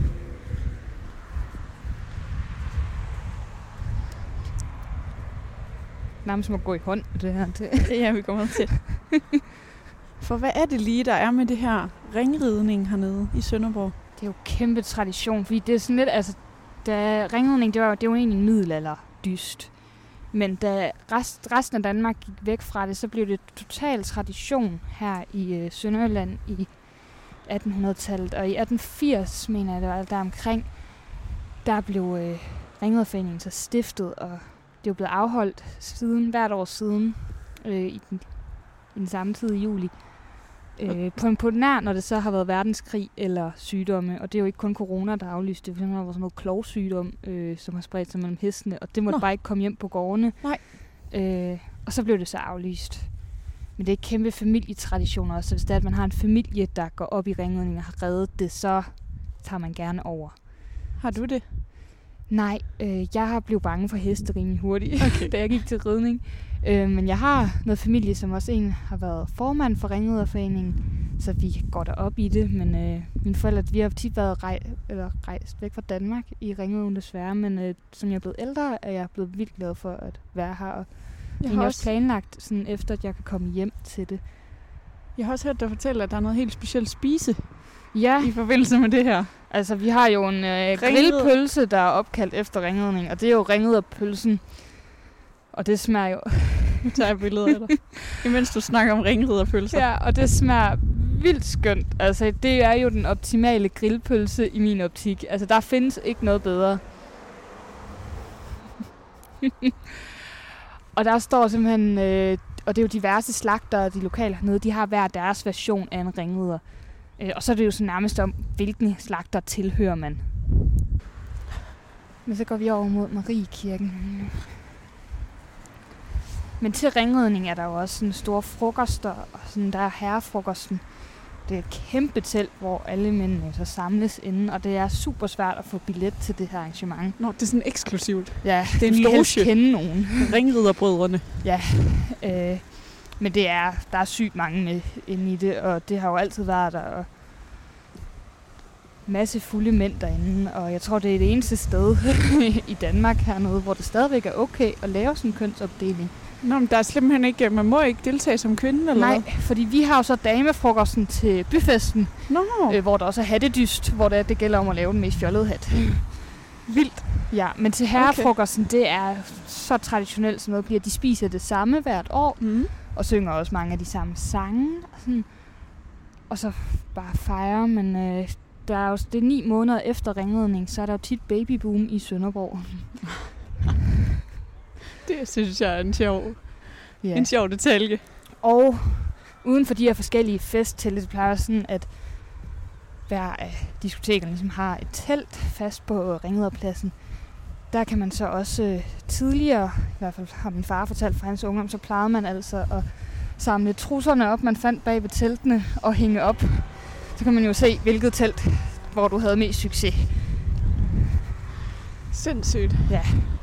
Nærmest må gå i hånd med det her til. Ja, vi kommer til. For hvad er det lige, der er med det her ringridning hernede i Sønderborg? Det er jo kæmpe tradition, fordi det er sådan lidt, altså, da ringridning, det var jo egentlig en middelalderdyst. Men da resten af Danmark gik væk fra det, så blev det total tradition her i Sønderjylland i 1800-tallet. Og i 1880, mener jeg, det var der omkring, der blev Ringriderforeningen så stiftet, og det er jo blevet afholdt hvert år siden i den samme tid i juli. På nær, når det så har været verdenskrig eller sygdomme, og det er jo ikke kun corona, der aflyste det, for eksempel har været sådan noget klovsygdom, som har spredt sig mellem hestene, og det måtte bare ikke komme hjem på gårdene. Nej. Og så blev det så aflyst. Men det er kæmpe familietraditioner også, så hvis det er, at man har en familie, der går op i ringridning og har reddet det, så tager man gerne over. Har du det? Nej, jeg har blevet bange for heste rimelig hurtigt, da jeg gik til ridning. Men jeg har noget familie, som også har været formand for Ringriderforeningen, så vi går derop i det. Men mine forældre, vi har tit været rejst væk fra Danmark i Ringriderforeningen desværre, men som jeg er blevet ældre, er jeg blevet vildt glad for at være her. Og jeg har også planlagt, sådan, efter at jeg kan komme hjem til det. Jeg har også hørt dig fortælle, at der er noget helt specielt spise i forbindelse med det her. Altså, vi har jo en grillpølse, der er opkaldt efter ringridning, og det er jo ringriderpølsen. Og det smager jo... Nu tager jeg billeder af dig, imens du snakker om ringriderpølser. Ja, og det smager vildt skønt. Altså, det er jo den optimale grillpølse i min optik. Altså, der findes ikke noget bedre. Og der står simpelthen... og det er jo diverse slagtere, de lokale hernede, de har hver deres version af en ringrider. Og så er det jo så nærmest om, hvilken slagter tilhører man. Men så går vi over mod Mariekirken. Men til ringridning er der jo også sådan store frokoster, og sådan der er herrefrokosten. Det er et kæmpe telt, hvor alle mændene så samles inde, og det er super svært at få billet til det her arrangement. Nå, det er sådan eksklusivt. Ja, det er en loge. Kende nogen. Ringriderbrødrene. Ja, men der er sygt mange med inde i det, og det har jo altid været der, og masse fulde mænd derinde, og jeg tror, det er det eneste sted i Danmark hernede, hvor det stadigvæk er okay at lave sådan en kønsopdeling. Nå, men der er simpelthen ikke, man må ikke deltage som kvinde, eller Nej, fordi vi har jo så damefrokosten til byfesten, hvor der også er hattedyst, hvor det gælder om at lave den mest fjollede hat. Vildt. Ja, men til herrefrokosten, det er så traditionelt, som noget bliver. De spiser det samme hvert år, og synger også mange af de samme sange, og så bare fejre, men der er jo, det er 9 måneder efter ringridning, så er der jo tit babyboom i Sønderborg. Det synes jeg er en sjov detalje. Og uden for de her forskellige festtelte, det plejer sådan, at hver af diskotekerne ligesom har et telt fast på Ringriderpladsen. Der kan man så også tidligere, i hvert fald har min far fortalt fra hans ungdom, så plejede man altså at samle trusserne op, man fandt bag ved teltene og hænge op. Så kan man jo se, hvilket telt, hvor du havde mest succes. Sindssygt. Ja.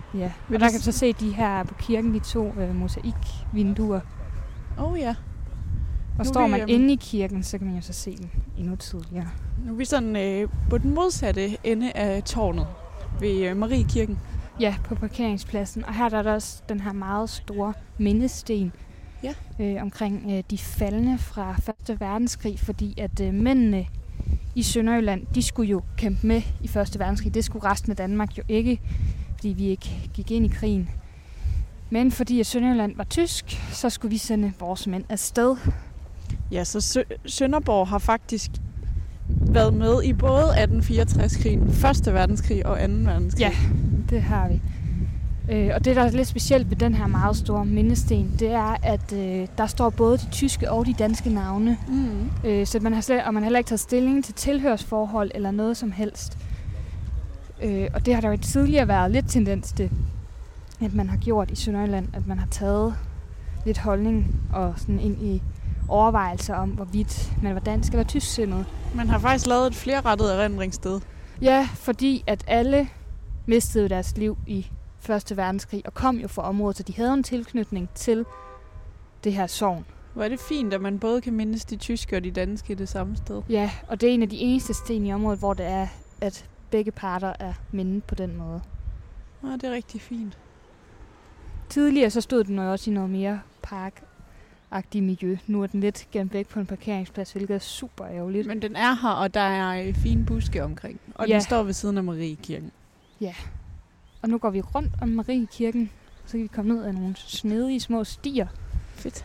Ja, og der kan du så se de her på kirken, de 2 mosaikvinduer. Ja. Og står man inde i kirken, så kan man jo så se dem endnu tydeligere. Nu er vi sådan på den modsatte ende af tårnet ved Mariekirken. Ja, på parkeringspladsen. Og her er der også den her meget store mindesten omkring de faldne fra 1. verdenskrig, fordi at mændene i Sønderjylland, de skulle jo kæmpe med i 1. verdenskrig. Det skulle resten af Danmark jo ikke, fordi vi ikke gik ind i krigen. Men fordi at Sønderjylland var tysk, så skulle vi sende vores mænd afsted. Ja, så Sønderborg har faktisk været med i både 1864-krigen, 1. verdenskrig og 2. verdenskrig. Ja, det har vi. Og det, der er lidt specielt ved den her meget store mindesten, det er, at der står både de tyske og de danske navne. Så man har heller ikke taget stilling til tilhørsforhold eller noget som helst. Og det har der jo tidligere været lidt tendens til, at man har gjort i Sønderjylland, at man har taget lidt holdning og sådan ind i overvejelser om, hvorvidt man var dansk eller tysksindet. Man har faktisk lavet et flerrettet erindringssted. Ja, fordi at alle mistede deres liv i 1. verdenskrig og kom jo fra området, så de havde en tilknytning til det her sogn. Hvor er det fint, at man både kan mindes de tyske og de danske det samme sted. Ja, og det er en af de eneste sten i området, hvor det er, at begge parter er mindet på den måde. Ja, det er rigtig fint. Tidligere så stod den jo også i noget mere parkagtigt miljø. Nu er den lidt gemt væk på en parkeringsplads, hvilket er super ærgerligt. Men den er her, og der er fine buske omkring. Og den står ved siden af Mariekirken. Ja. Og nu går vi rundt om Mariekirken, så kan vi komme ned ad nogle snedige små stier. Fedt.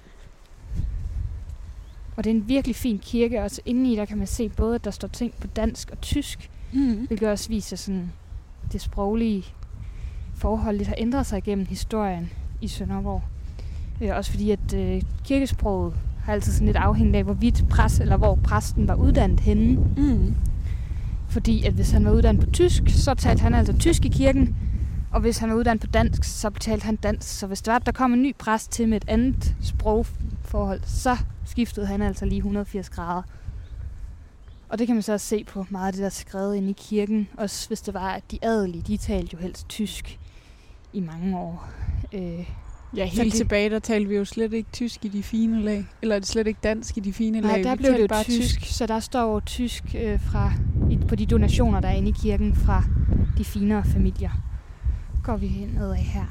Og det er en virkelig fin kirke, og indeni der kan man se både, at der står ting på dansk og tysk, hvilket også viser sådan det sproglige forhold lidt har ændret sig gennem historien i Sønderborg. Også fordi, at kirkesproget har altid sådan lidt afhængigt af, hvor præsten var uddannet henne. Fordi at hvis han var uddannet på tysk, så talte han altså tysk i kirken, og hvis han var uddannet på dansk, så talte han dansk. Så hvis det var, at der kom en ny præst til med et andet sprogforhold, så skiftede han altså lige 180 grader. Og det kan man så også se på meget af det, der er skrevet inde i kirken. Også hvis det var, at de adelige, de talte jo helst tysk i mange år. Ja, helt tilbage, der talte vi jo slet ikke tysk i de fine lag. Eller er det slet ikke dansk i de fine lag? Nej, der blev det jo bare tysk. Så der står jo tysk på de donationer, der er inde i kirken fra de finere familier. Går vi henad af her.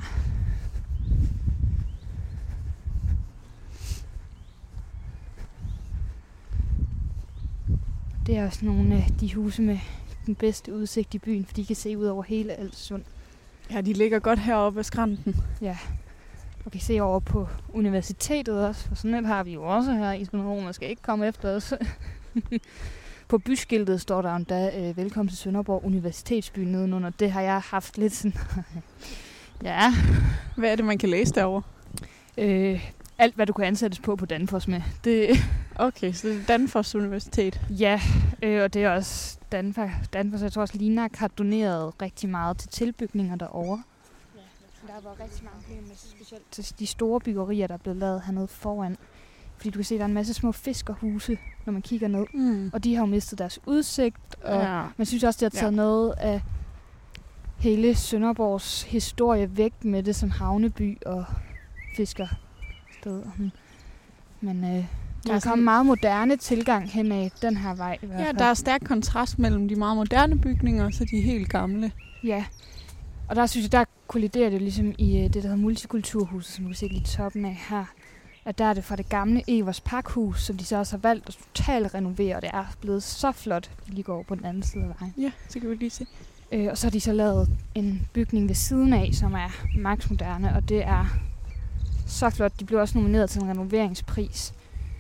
Det er også nogle af de huse med den bedste udsigt i byen, for de kan se ud over hele Alssund. Ja, de ligger godt heroppe af skrænten. Ja, og kan se over på universitetet også, for sådan et har vi jo også her i Sønderborg. Man skal ikke komme efter os. På byskiltet står der endda, velkommen til Sønderborg Universitetsby nedenunder. Det har jeg haft lidt sådan. Ja. Hvad er det, man kan læse derovre? Alt, hvad du kan ansættes på Danfoss med. Det. Okay, så det er Danfoss Universitet. Ja, og det er også Danfoss. Jeg tror også, Linak har doneret rigtig meget til tilbygninger derovre. Ja, der har været rigtig mange problemer med specielt til de store byggerier, der er blevet lavet hernede foran. Fordi du kan se, at der er en masse små fiskerhuse, når man kigger ned. Og de har jo mistet deres udsigt. Og man synes også, det har taget noget af hele Sønderborgs historie væk med det som havneby og fiskersted. Men der er kommet meget moderne tilgang hen ad den her vej. I hvert fald. Ja, der er stærk kontrast mellem de meget moderne bygninger og så de helt gamle. Ja, og der synes jeg, der kolliderer det ligesom i det, der hedder Multikulturhuset, som du kan se lige toppen af her. At der er det fra det gamle Evers Pakhus, som de så også har valgt at totalt renovere, og det er blevet så flot, at de lige går over på den anden side af vejen. Ja, så kan vi lige se. Og så har de så lavet en bygning ved siden af, som er max moderne, og det er så flot. De blev også nomineret til en renoveringspris.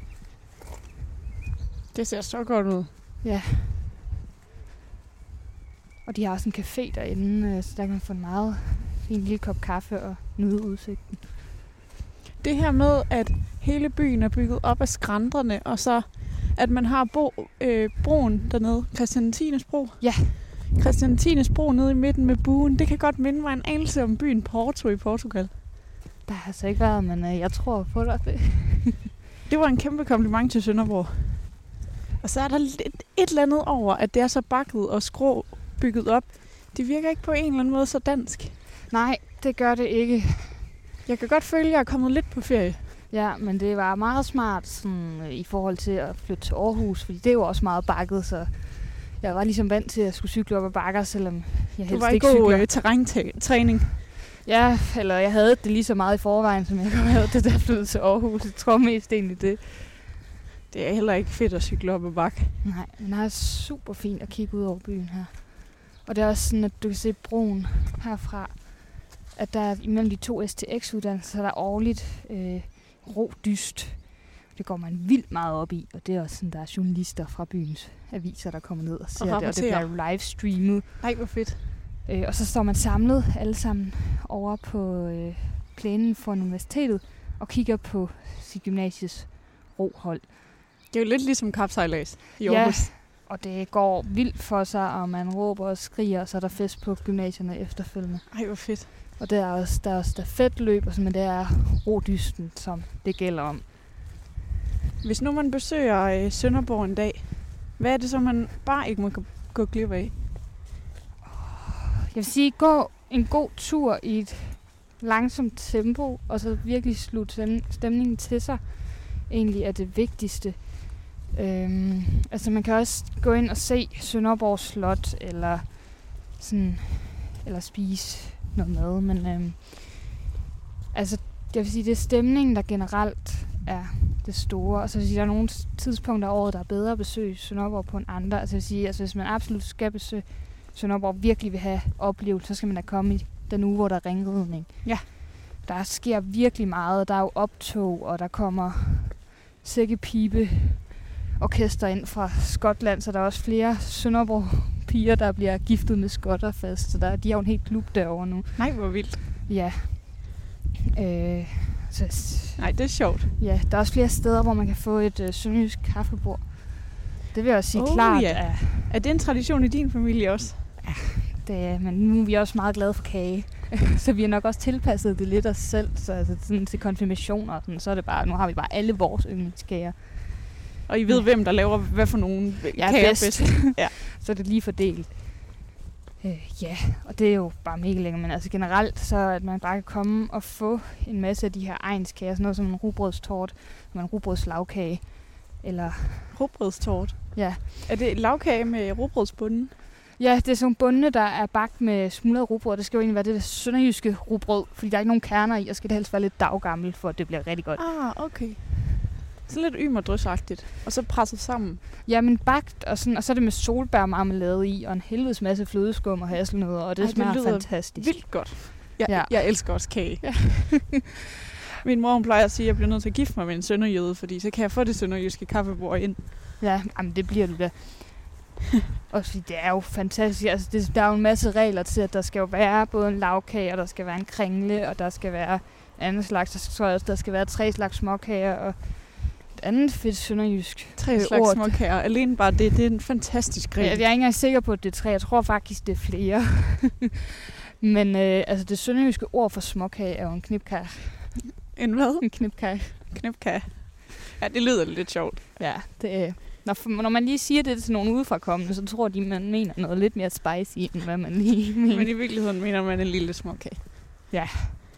Det ser så godt ud. Ja. Og de har også en café derinde, så der kan man få en meget fin lille kop kaffe og nyde udsigten. Det her med, at hele byen er bygget op af skræntrene, og så at man har broen dernede, Christian X bro. Ja. Christian X bro nede i midten med buen, det kan godt minde mig en anelse om byen Porto i Portugal. Der har altså ikke været, men jeg tror på dig. Det var en kæmpe kompliment til Sønderborg. Og så er der et eller andet over, at det er så bakket og skrå bygget op. Det virker ikke på en eller anden måde så dansk. Nej, det gør det ikke. Jeg kan godt føle, at jeg er kommet lidt på ferie. Ja, men det var meget smart sådan, i forhold til at flytte til Aarhus, fordi det er jo også meget bakket, så jeg var ligesom vant til at skulle cykle op ad bakker, selvom jeg helst ikke cykler. Du var i god terræntræning. Ja, eller jeg havde det lige så meget i forvejen, som jeg havde det, der flyttede til Aarhus. Jeg tror mest egentlig det. Det er heller ikke fedt at cykle op ad bakke. Nej, men det er super fint at kigge ud over byen her. Og det er også sådan, at du kan se broen herfra, at der er imellem de 2 STX-uddannelser, der er årligt rodyst. Det går man vildt meget op i, og det er også sådan, der er journalister fra byens aviser, der kommer ned og ser det, og det bliver livestreamet. Nej, hvor fedt. Og så står man samlet alle sammen over på plænen for universitetet og kigger på sit gymnasiets rohold. Det er jo lidt ligesom kapsejlads i Aarhus. Ja, og det går vildt for sig, og man råber og skriger, og så er der fest på gymnasierne efterfølgende. Ej, hvor fedt. Og der er også stafetløb, og sådan, men det er rodysten, som det gælder om. Hvis nu man besøger Sønderborg en dag, hvad er det så, man bare ikke må gå glip af? Jeg vil sige, gå en god tur i et langsomt tempo, og så virkelig slutte stemningen til sig, egentlig er det vigtigste. Altså man kan også gå ind og se Sønderborg Slot, eller spise noget mad, men altså jeg vil sige, det er stemningen, der generelt er det store. Og så vil jeg sige, der er nogle tidspunkter af året, der er bedre at besøge Sønderborg på en andre. Altså jeg vil sige, hvis man absolut skal besøge Sønderborg, virkelig vil have oplevet, så skal man da komme i den uge, hvor der er ringridning. Ja. Der sker virkelig meget. Der er jo optog, og der kommer sækkepibe orkester ind fra Skotland, så der er også flere Sønderborg-piger, der bliver giftet med skotter fast. Så de har jo en helt klub derovre nu. Nej, hvor vildt. Ja. Nej, det er sjovt. Ja, der er også flere steder, hvor man kan få et sønderjysk kaffebord. Det vil jeg også sige klart. Ja. Er det en tradition i din familie også? Ja, det er, men nu er vi også meget glade for kage. Så vi har nok også tilpasset det lidt os selv. Så altså, sådan, til konfirmationer og sådan, så er det bare, nu har vi bare alle vores yndlingskager. Og I ved, hvem der laver hvad for nogle kager bedst. Ja. Så er det lige fordelt. Ja, og det er jo bare mega lækkert, men altså generelt, så at man bare kan komme og få en masse af de her egnskager, sådan noget som en rugbrødstort, en rugbrødslagkage, eller... Rugbrødstort? Ja. Er det lagkage med rugbrødsbunden? Ja, det er sådan bundne, der er bagt med smuldret rugbrød. Det skal jo egentlig være det der sønderjyske rugbrød, fordi der er ikke nogen kerner i, og skal det helst være lidt daggammelt, for at det bliver rigtig godt. Ah, okay. Så lidt ymerdrysagtigt, og så presset sammen. Ja, men bagt, og så er det med solbærmarmelade i, og en helvedes masse flødeskum og hasselnødder, og det smager fantastisk. Vildt godt. Jeg elsker også kage. Ja. Min mor plejer at sige, at jeg bliver nødt til at gifte mig med en sønderjyde, fordi så kan jeg få det sønderjyske kaffebord ind. Ja, jamen det bliver du da. Og det er jo fantastisk. Altså, der er jo en masse regler til, at der skal jo være både en lagkage, og der skal være en kringle, og der skal være anden slags. Der skal være 3 slags småkager, og et andet fedt sønderjysk 3 slags småkager. Alene bare det er en fantastisk regel. Jeg er ikke engang sikker på, at det er 3. Jeg tror faktisk, det er flere. Men altså, det sønderjyske ord for småkage er jo en knipkage. En hvad? En knipkage. Knipkage. Ja, det lyder lidt sjovt. Ja, det når man lige siger det til nogen udefrakommende, så tror de, man mener noget lidt mere spicy, end hvad man lige mener. Men i virkeligheden mener man en lille småkage. Ja.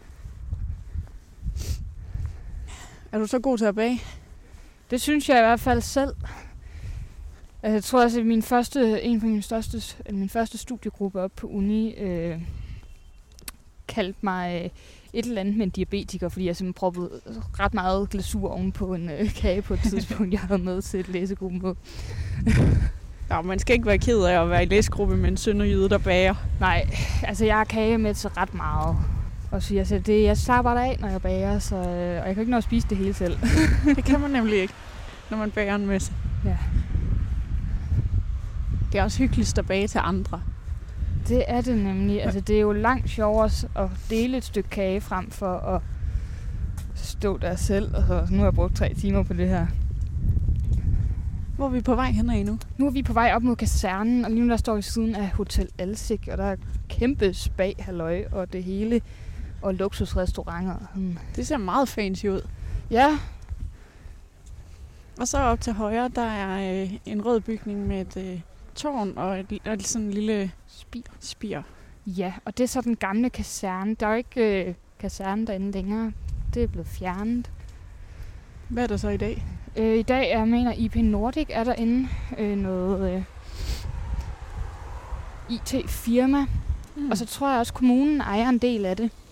Er du så god til at bage? Det synes jeg i hvert fald selv. Altså, jeg tror også, at min første studiegruppe op på uni kaldte mig et eller andet med en diabetiker, fordi jeg simpelthen proppede ret meget glasur oven på en kage på et tidspunkt, jeg havde med til et læsegruppe på. Ja, man skal ikke være ked af at være i læsegruppe med en sønderjyde, der bager. Nej, altså jeg har kage med til ret meget. Og så jeg slapper det af, når jeg bager, så, og jeg kan ikke nå at spise det hele selv. Det kan man nemlig ikke, når man bager en masse. Ja. Det er også hyggeligst at bage til andre. Det er det nemlig. Altså, det er jo langt sjovere at dele et stykke kage frem for at stå der selv. Og så nu har jeg brugt 3 timer på det her. Hvor er vi på vej henad nu? Nu er vi på vej op mod kasernen, og lige nu der står vi siden af Hotel Alsik, og der er kæmpe spag-halløj og det hele, og luksusrestauranter. Det ser meget fancy ud. Ja. Og så op til højre, der er en rød bygning med et tårn og sådan en lille spir. Ja, og det er så den gamle kaserne. Der er jo ikke kaserne derinde længere. Det er blevet fjernet. Hvad er der så i dag? I dag jeg mener IP Nordic er derinde noget IT-firma. Og så tror jeg også, kommunen ejer en del af det.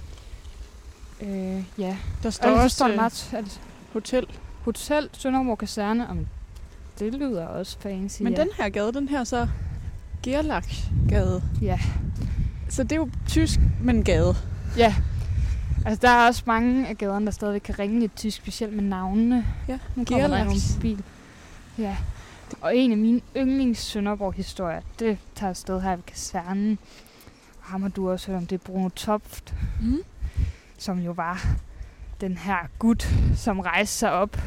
Ja. Der står også Hotel Sønderborg Kaserne. Det lyder også fancy. Men den her gade, den her så Gerlach-gade. Ja. Så det er jo tysk, men gade. Ja. Altså, der er også mange af gaderne, der stadigvæk kan ringe lidt tysk, specielt med navnene. Ja, nu kommer der nogle bil. Ja. Og en af mine yndlings Sønderborg-historier, det tager sted her ved kasernen. Og ham har du også hørt om, det er Bruno Topft, som jo var den her gut, som rejste sig op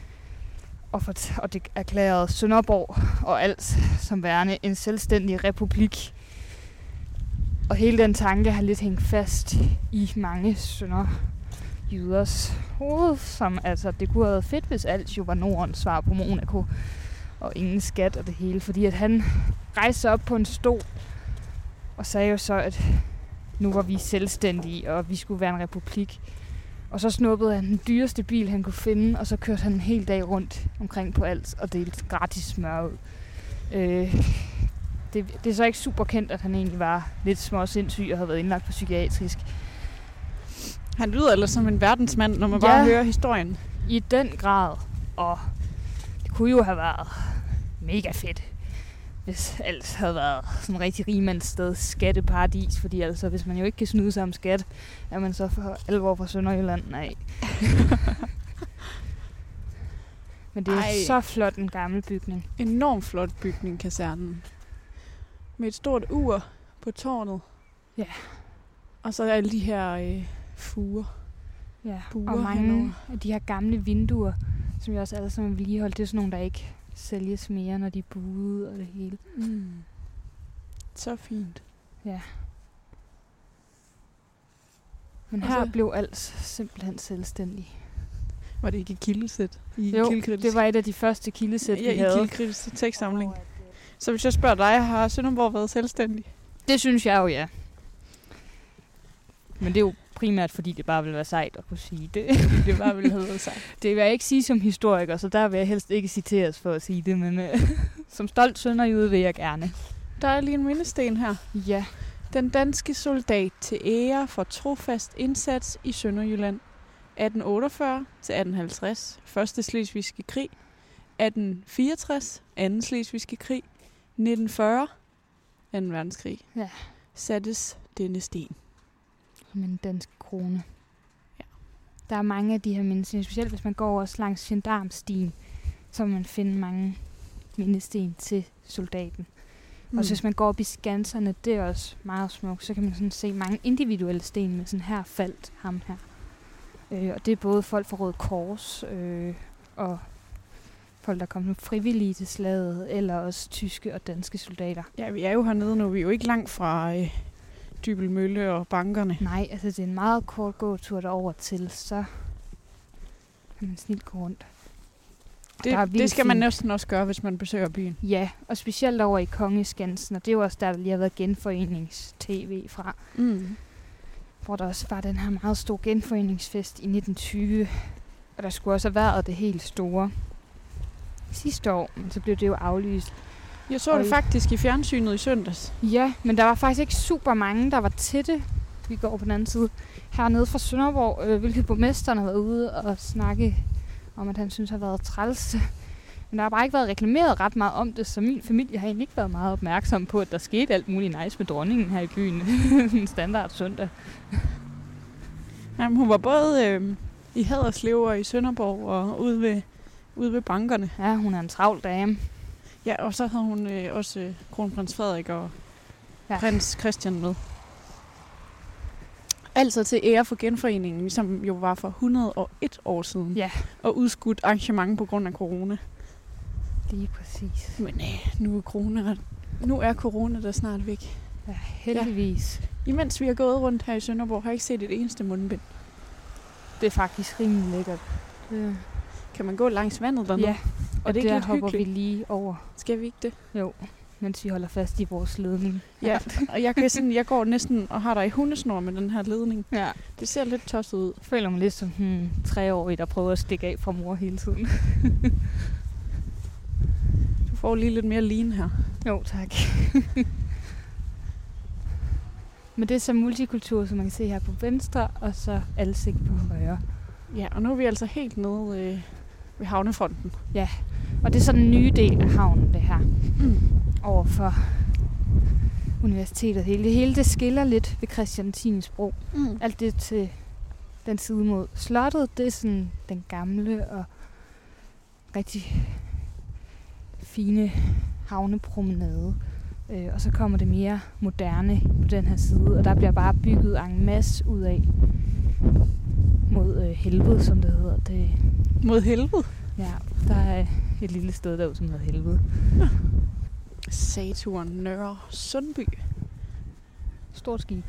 og det erklærede Sønderborg og alt som værende en selvstændig republik. Og hele den tanke har lidt hængt fast i mange sønderjyders hoved, som altså, det kunne have været fedt, hvis alt jo var Nordens svar på Monaco, og ingen skat og det hele, fordi at han rejste sig op på en stol, og sagde jo så, at nu var vi selvstændige, og vi skulle være en republik. Og så snuppede han den dyreste bil, han kunne finde, og så kørte han en hel dag rundt omkring på alt, og delte gratis smør ud. Det er så ikke super kendt, at han egentlig var lidt små sindssyg og havde været indlagt på psykiatrisk. Han lyder ellers som en verdensmand, når man bare hører historien. I den grad. Og det kunne jo have været mega fedt, hvis alt havde været sådan en rigtig rigmandssted, skatteparadis. Fordi altså, hvis man jo ikke kan snyde sig om skat, er man så for alvor fra Sønderjylland. Nej. Men det er så flot en gammel bygning. Enormt flot bygning, kasernen. Med et stort ur på tårnet. Ja. Og så alle de her fuger. Ja, og mange af de her gamle vinduer, som jeg også alle sammen vedligeholdt, det er sådan nogle, der ikke sælges mere, når de er buede og det hele. Så fint. Ja. Men her blev alt simpelthen selvstændig. Var det ikke et kildesæt? Jo, det var et af de første kildesæt, vi havde. Ja, i kildekritisk tekstsamling. Så hvis jeg spørger dig, har Sønderborg været selvstændig? Det synes jeg jo, ja. Men det er jo primært, fordi det bare ville være sejt at kunne sige det. Det bare ville have været sejt. Det vil jeg ikke sige som historiker, så der vil jeg helst ikke citeres for at sige det, men som stolt sønderjyde vil jeg gerne. Der er lige en mindesten her. Ja. Den danske soldat til ære for trofast indsats i Sønderjylland. 1848 til 1850, Første Slesvigske Krig. 1864, Anden Slesvigske Krig. 1940, 2. verdenskrig. Ja. Sattes denne sten. Som en dansk krone. Ja. Der er mange af de her mindesten, specielt hvis man går også langs gendarmstien, så vil man finde mange mindesten til soldaten. Og hvis man går op i skanserne, det er også meget smukt, så kan man sådan se mange individuelle sten med sådan her faldt ham her. Og det er både folk fra Røde Kors og folk, der kommer frivillige til slaget, eller også tyske og danske soldater. Ja, vi er jo hernede nu. Vi er jo ikke langt fra Dybbøl Mølle og bankerne. Nej, altså det er en meget kort gåtur derover til, så kan man snilt gå rundt. Det skal man næsten også gøre, hvis man besøger byen. Ja, og specielt over i Kongeskansen, og det er jo også der lige har været genforenings-tv fra. Hvor der også var den her meget store genforeningsfest i 1920. Og der skulle også have været det helt store sidste år, men så blev det jo aflyst. Jeg så det faktisk i fjernsynet i søndags. Ja, men der var faktisk ikke super mange, der var til det. Vi går på den anden side. Hernede fra Sønderborg, hvilket borgmesteren har været ude og snakke om, at han synes har været træls. Men der har bare ikke været reklameret ret meget om det, så min familie har egentlig ikke været meget opmærksom på, at der skete alt muligt nice med dronningen her i byen. En standard søndag. Jamen, hun var både i Haderslev og i Sønderborg og ude ved bankerne. Ja, hun er en travl dame. Ja, og så havde hun også kronprins Frederik og prins Christian med. Altså til ære for genforeningen, som jo var for 101 år siden. Ja. Og udskudt arrangement på grund af corona. Lige præcis. Men nu er corona der snart væk. Ja, heldigvis. Ja. Imens vi har gået rundt her i Sønderborg, har jeg ikke set et eneste mundbind. Det er faktisk rimelig lækkert. Kan man gå langs vandet dernede? Ja, og det der hopper vi lige over. Skal vi ikke det? Jo. mens vi holder fast i vores ledning. Ja, og jeg går næsten og har dig i hundesnor med den her ledning. Ja. Det ser lidt tosset ud. Jeg føler mig lidt som 3-årig, der prøver at stikke af fra mor hele tiden. Du får lige lidt mere lean her. Jo, tak. Men det er så multikultur, som man kan se her på venstre, og så Alsing på højre. Ja, og nu er vi altså helt nede ved havnefronten. Ja, og det er så den nye del af havnen, det her. Overfor universitetet. Det hele det skiller lidt ved Christian 10. bro. Alt det til den side mod slottet, det er sådan den gamle og rigtig fine havnepromenade. Og så kommer det mere moderne på den her side, og der bliver bare bygget en masse ud af mod helvede, som det hedder. Det... Mod helvede? Ja, der er et lille sted derude, som hedder helvede. Ja. Saturen Nørre Sundby. Stort skib.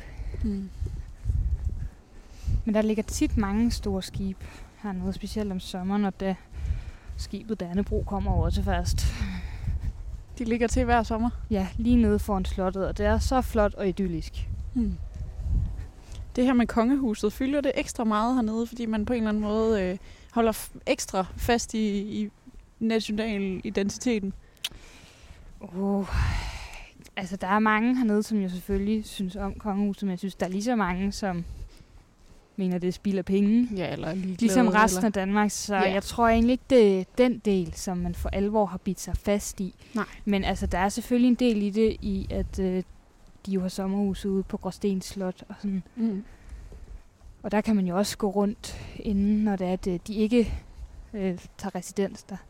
Men der ligger tit mange store skib hernede, specielt om sommeren, og da skibet Dannebro kommer over til først. De ligger til hver sommer? Ja, lige nede foran slottet, og det er så flot og idyllisk. Det her med kongehuset, fylder det ekstra meget hernede, fordi man på en eller anden måde holder ekstra fast i national identiteten? Altså, der er mange hernede, som jo selvfølgelig synes om kongehuset, men jeg synes, der er lige så mange, som mener, det spilder penge. Ja, eller ligesom resten af Danmark, så jeg tror egentlig ikke, det er den del, som man for alvor har bidt sig fast i. Nej. Men altså, der er selvfølgelig en del i det, i at de jo har sommerhus ude på Gråsten Slot og sådan. Og der kan man jo også gå rundt inden, når det er, at de ikke tager residens der.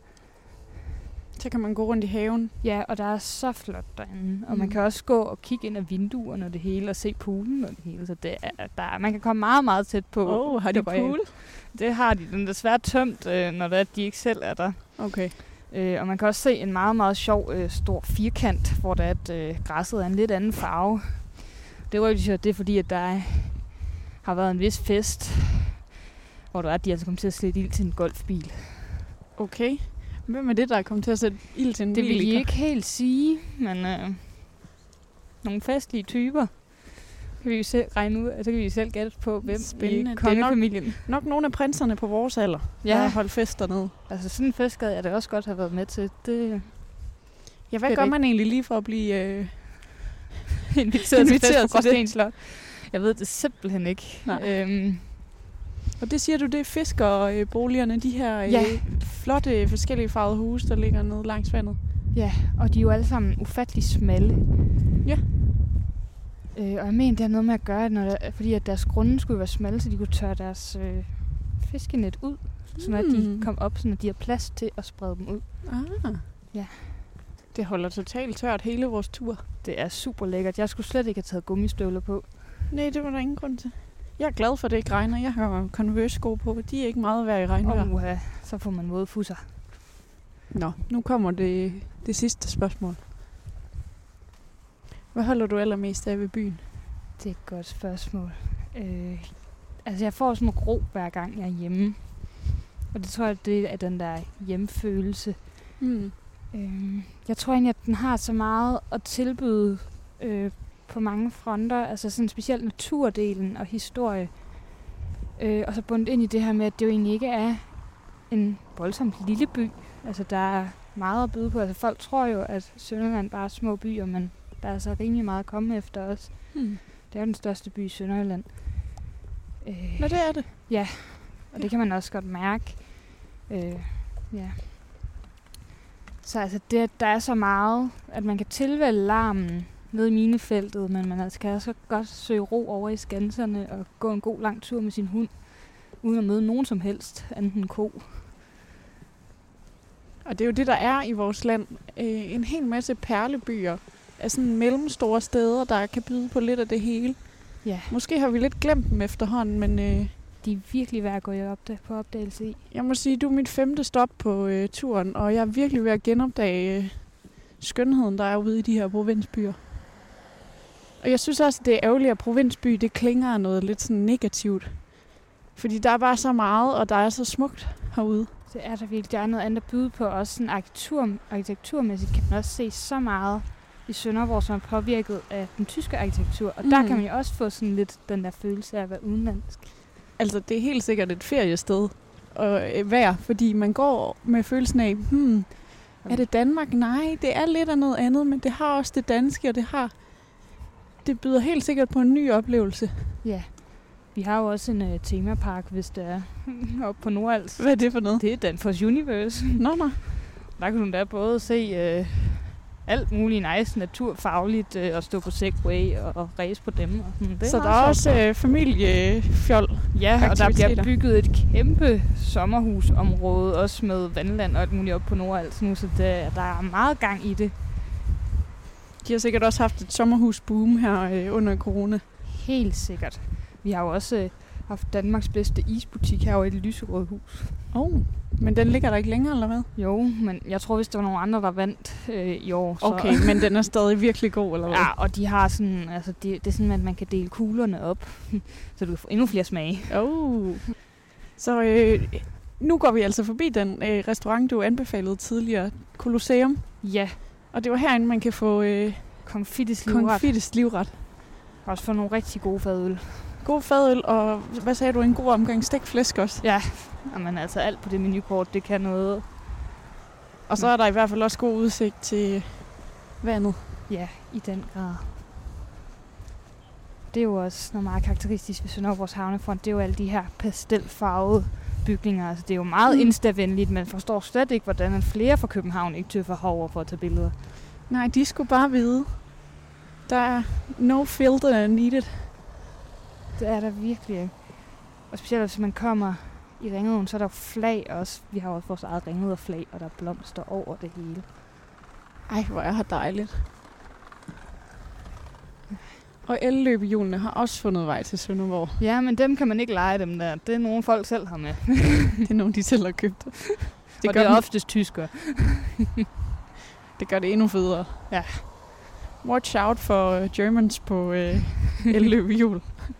Så kan man gå rundt i haven. Ja, og der er så flot derinde. Og man kan også gå og kigge ind ad vinduerne og det hele, og se poolen og det hele. Så det er, man kan komme meget, meget tæt på. Har de pool? Det har de. Den er desværre tømt, når det er, at de ikke selv er der. Okay. Og man kan også se en meget, meget sjov stor firkant, hvor der er, at græsset er en lidt anden farve. Det var jo det er fordi, at der har været en vis fest, hvor der er, at de altså kommet til at sætte ild til en golfbil. Okay. Hvem er det, der er kommet til at sætte ild til en bil? Det vil jeg ikke helt sige, men nogle festlige typer. Kan vi jo selv regne ud, så kan vi jo selv gætte på, hvem i kongefamilien. Det er nok nogle af prinserne på vores alder, der har holdt fest dernede. Altså sådan en fest gad jeg da også godt have været med til. Ja, hvad gør man egentlig lige for at blive inviteret til fest på Gråsten Slot? Jeg ved det simpelthen ikke. Og det siger du, det er fiskerboligerne, de her flotte, forskellige farvede huse, der ligger nede langs vandet. Ja, og de er jo alle sammen ufattelig smalle. Ja. Og jeg mener, det har noget med at gøre, fordi at deres grunde skulle være smalle, så de kunne tørre deres fiskenet ud, så at de kom op, så de har plads til at sprede dem ud. Ja. Det holder totalt tørt hele vores tur. Det er super lækkert. Jeg skulle slet ikke have taget gummistøvler på. Nej, det var der ingen grund til. Jeg er glad for, at det ikke regner. Jeg har Converse-sko på. De er ikke meget værd i regnvejr. Så får man våde fusser. Nå, nu kommer det sidste spørgsmål. Hvad holder du allermest af ved byen? Det er et godt spørgsmål. Altså, jeg får sådan en ro hver gang jeg er hjemme. Og det tror jeg, det er den der hjemfølelse. Jeg tror egentlig, at den har så meget at tilbyde på mange fronter. Altså sådan specielt naturdelen og historie. Og så bundet ind i det her med, at det jo egentlig ikke er en voldsomt lille by. Altså, der er meget at byde på. Altså, folk tror jo, at Sønderjylland bare er små byer, men der er altså rimelig meget at komme efter os. Det er jo den største by i Sønderjylland. Nå, det er det? Ja, og det kan man også godt mærke. Ja. Så altså, der er så meget, at man kan tilvælge larmen nede i minefeltet, men man altså kan også godt søge ro over i skanserne og gå en god lang tur med sin hund, uden at møde nogen som helst, andet end ko. Og det er jo det, der er i vores land. En hel masse perlebyer af sådan mellemstore steder, der kan byde på lidt af det hele. Ja. Måske har vi lidt glemt dem efterhånden, men de er virkelig værd at gå på opdagelse i. Jeg må sige, du er mit 5. stop på turen, og jeg er virkelig ved at genopdage skønheden, der er ude i de her provinsbyer. Og jeg synes også, det er ærgerligt, at provinsby, det klinger af noget lidt sådan negativt. Fordi der er bare så meget, og der er så smukt herude. Det er der virkelig. Der er noget andet at byde på. Også sådan arkitekturmæssigt kan man også se så meget i Sønderborg, som er påvirket af den tyske arkitektur. Og der kan man jo også få sådan lidt den der følelse af at være udenlandsk. Altså, det er helt sikkert et feriested værd, fordi man går med følelsen af, er det Danmark? Nej, det er lidt af noget andet, men det har også det danske, og det byder helt sikkert på en ny oplevelse. Ja, vi har jo også en temapark, hvis det er oppe på Nordals. Hvad er det for noget? Det er Danfoss Universe. Nå. Der kan du da både se alt muligt nice naturfagligt og stå på Segway og race på dem. Og sådan. Så der er også familiefjold. Ja, og der bliver bygget et kæmpe sommerhusområde, også med vandland og alt muligt op på Nordals nu, så der er meget gang i det. De har sikkert også haft et sommerhusboom her under corona. Helt sikkert. Vi har jo også haft Danmarks bedste isbutik herovre i det lyserøde hus. Men den ligger der ikke længere, eller hvad? Jo, men jeg tror, hvis der var nogle andre, der vandt i år. Så okay, men den er stadig virkelig god, eller hvad? Ja, og de har sådan, altså det er sådan, at man kan dele kuglerne op, så du kan få endnu flere smage. Så nu går vi altså forbi den restaurant, du anbefalede tidligere, Colosseum. Ja. Og det var herinde, man kan få Confites livret. Også få nogle rigtig gode fadøl. God fadøl, og hvad sagde du, en god omgang stegt flæsk også? Ja, men altså alt på det menukort, det kan noget. Og så er der i hvert fald også god udsigt til vandet. Ja, i den grad. Det er jo også noget meget karakteristisk ved Sønderborgs havnefront. Det er jo alle de her pastelfarvede bygninger. Altså, det er jo meget instavenligt, men forstår slet ikke, hvordan flere fra København ikke tøffer herover for at tage billeder. Nej, de skulle bare vide. Der er no filter needed. Det er der virkelig ikke. Og specielt hvis man kommer i Ringheden, så er der flag også. Vi har også vores eget Ringheden-flag, og der er blomster over det hele. Ej, hvor er det dejligt. Og elløbehjulene har også fundet vej til Sønderborg. Ja, men dem kan man ikke lege, dem der. Det er nogle folk selv har med. Det er nogle, de selv har købt. Det er oftest tyskere. Det gør det endnu federe. Ja. Watch out for Germans på elløbehjul.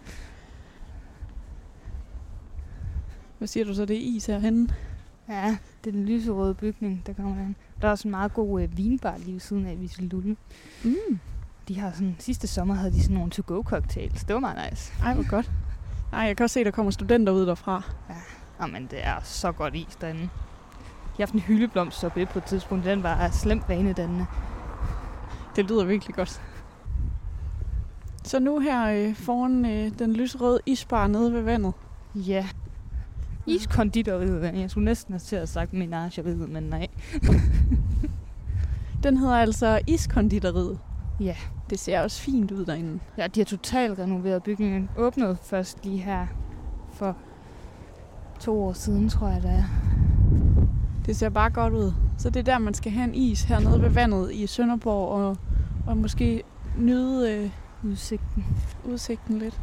Hvad siger du så, det er is herhenne? Ja, det er den lyserøde bygning, der kommer derhen. Der er også en meget god vinbar lige ved siden af Viselulle. De har sådan, sidste sommer havde de sådan nogle to-go cocktails. Det var meget nice. Ej, hvor godt. Ej, jeg kan også se, at der kommer studenter ud derfra. Ja, men det er så godt is derinde. De har haft en hyldeblomst oppe på et tidspunkt. Den var slemt vanedannende. Det lyder virkelig godt. Så nu her foran den lyserøde isbar nede ved vandet. Ja. Iskonditoriet. Jeg skulle næsten have til at sagt menageriet, men nej. Den hedder altså Iskonditoriet. Ja. Det ser også fint ud derinde. Ja, de har totalt renoveret bygningen. Åbnede først lige her for 2 år siden, tror jeg, det er. Det ser bare godt ud. Så det er der, man skal have en is hernede ved vandet i Sønderborg, og måske nyde udsigten lidt.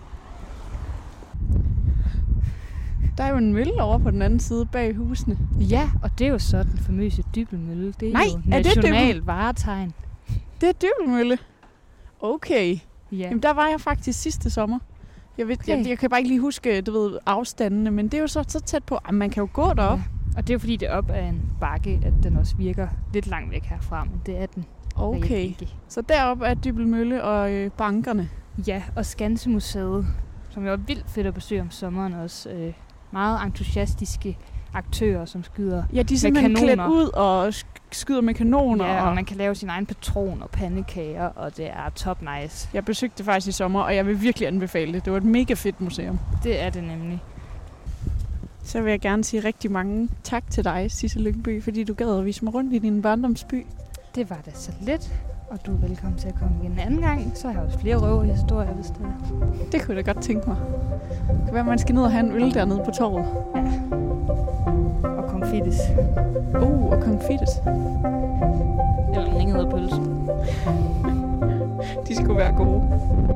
Der er jo en mølle over på den anden side bag husene. Ja, og det er jo så den famøse Dybbølmølle. Det er Nej, jo nationalt varetegn. Det er Dybbølmølle. Okay. Ja. Jamen, der var jeg faktisk sidste sommer. Jeg kan bare ikke lige huske, afstandene, men det er jo så tæt på, at man kan jo gå derop. Ja. Og det er jo fordi, det er op ad en bakke, at den også virker lidt langt væk herfra, men det er den. Okay. Så deroppe er Dybbølmølle og bankerne. Ja, og Skansemuseet, som jo er vildt fedt at besøge om sommeren også. Meget entusiastiske aktører, som skyder med kanoner. Ja, de er simpelthen klædt ud og skyder med kanoner. Ja, og man kan lave sin egen patron og pandekager, og det er top nice. Jeg besøgte det faktisk i sommer, og jeg vil virkelig anbefale det. Det var et mega fedt museum. Det er det nemlig. Så vil jeg gerne sige rigtig mange tak til dig, Sissel Lyngby, fordi du gad at vise mig rundt i din barndomsby. Det var da så lidt, og du er velkommen til at komme igen en anden gang. Så har jeg også flere røverhistorier, hvis det er. Det kunne jeg da godt tænke mig. Det kan være, at man skal ned og have en øl dernede på torvet. Ja. Og konfites. Og konfites. Eller en ringede pølse. De skulle være gode.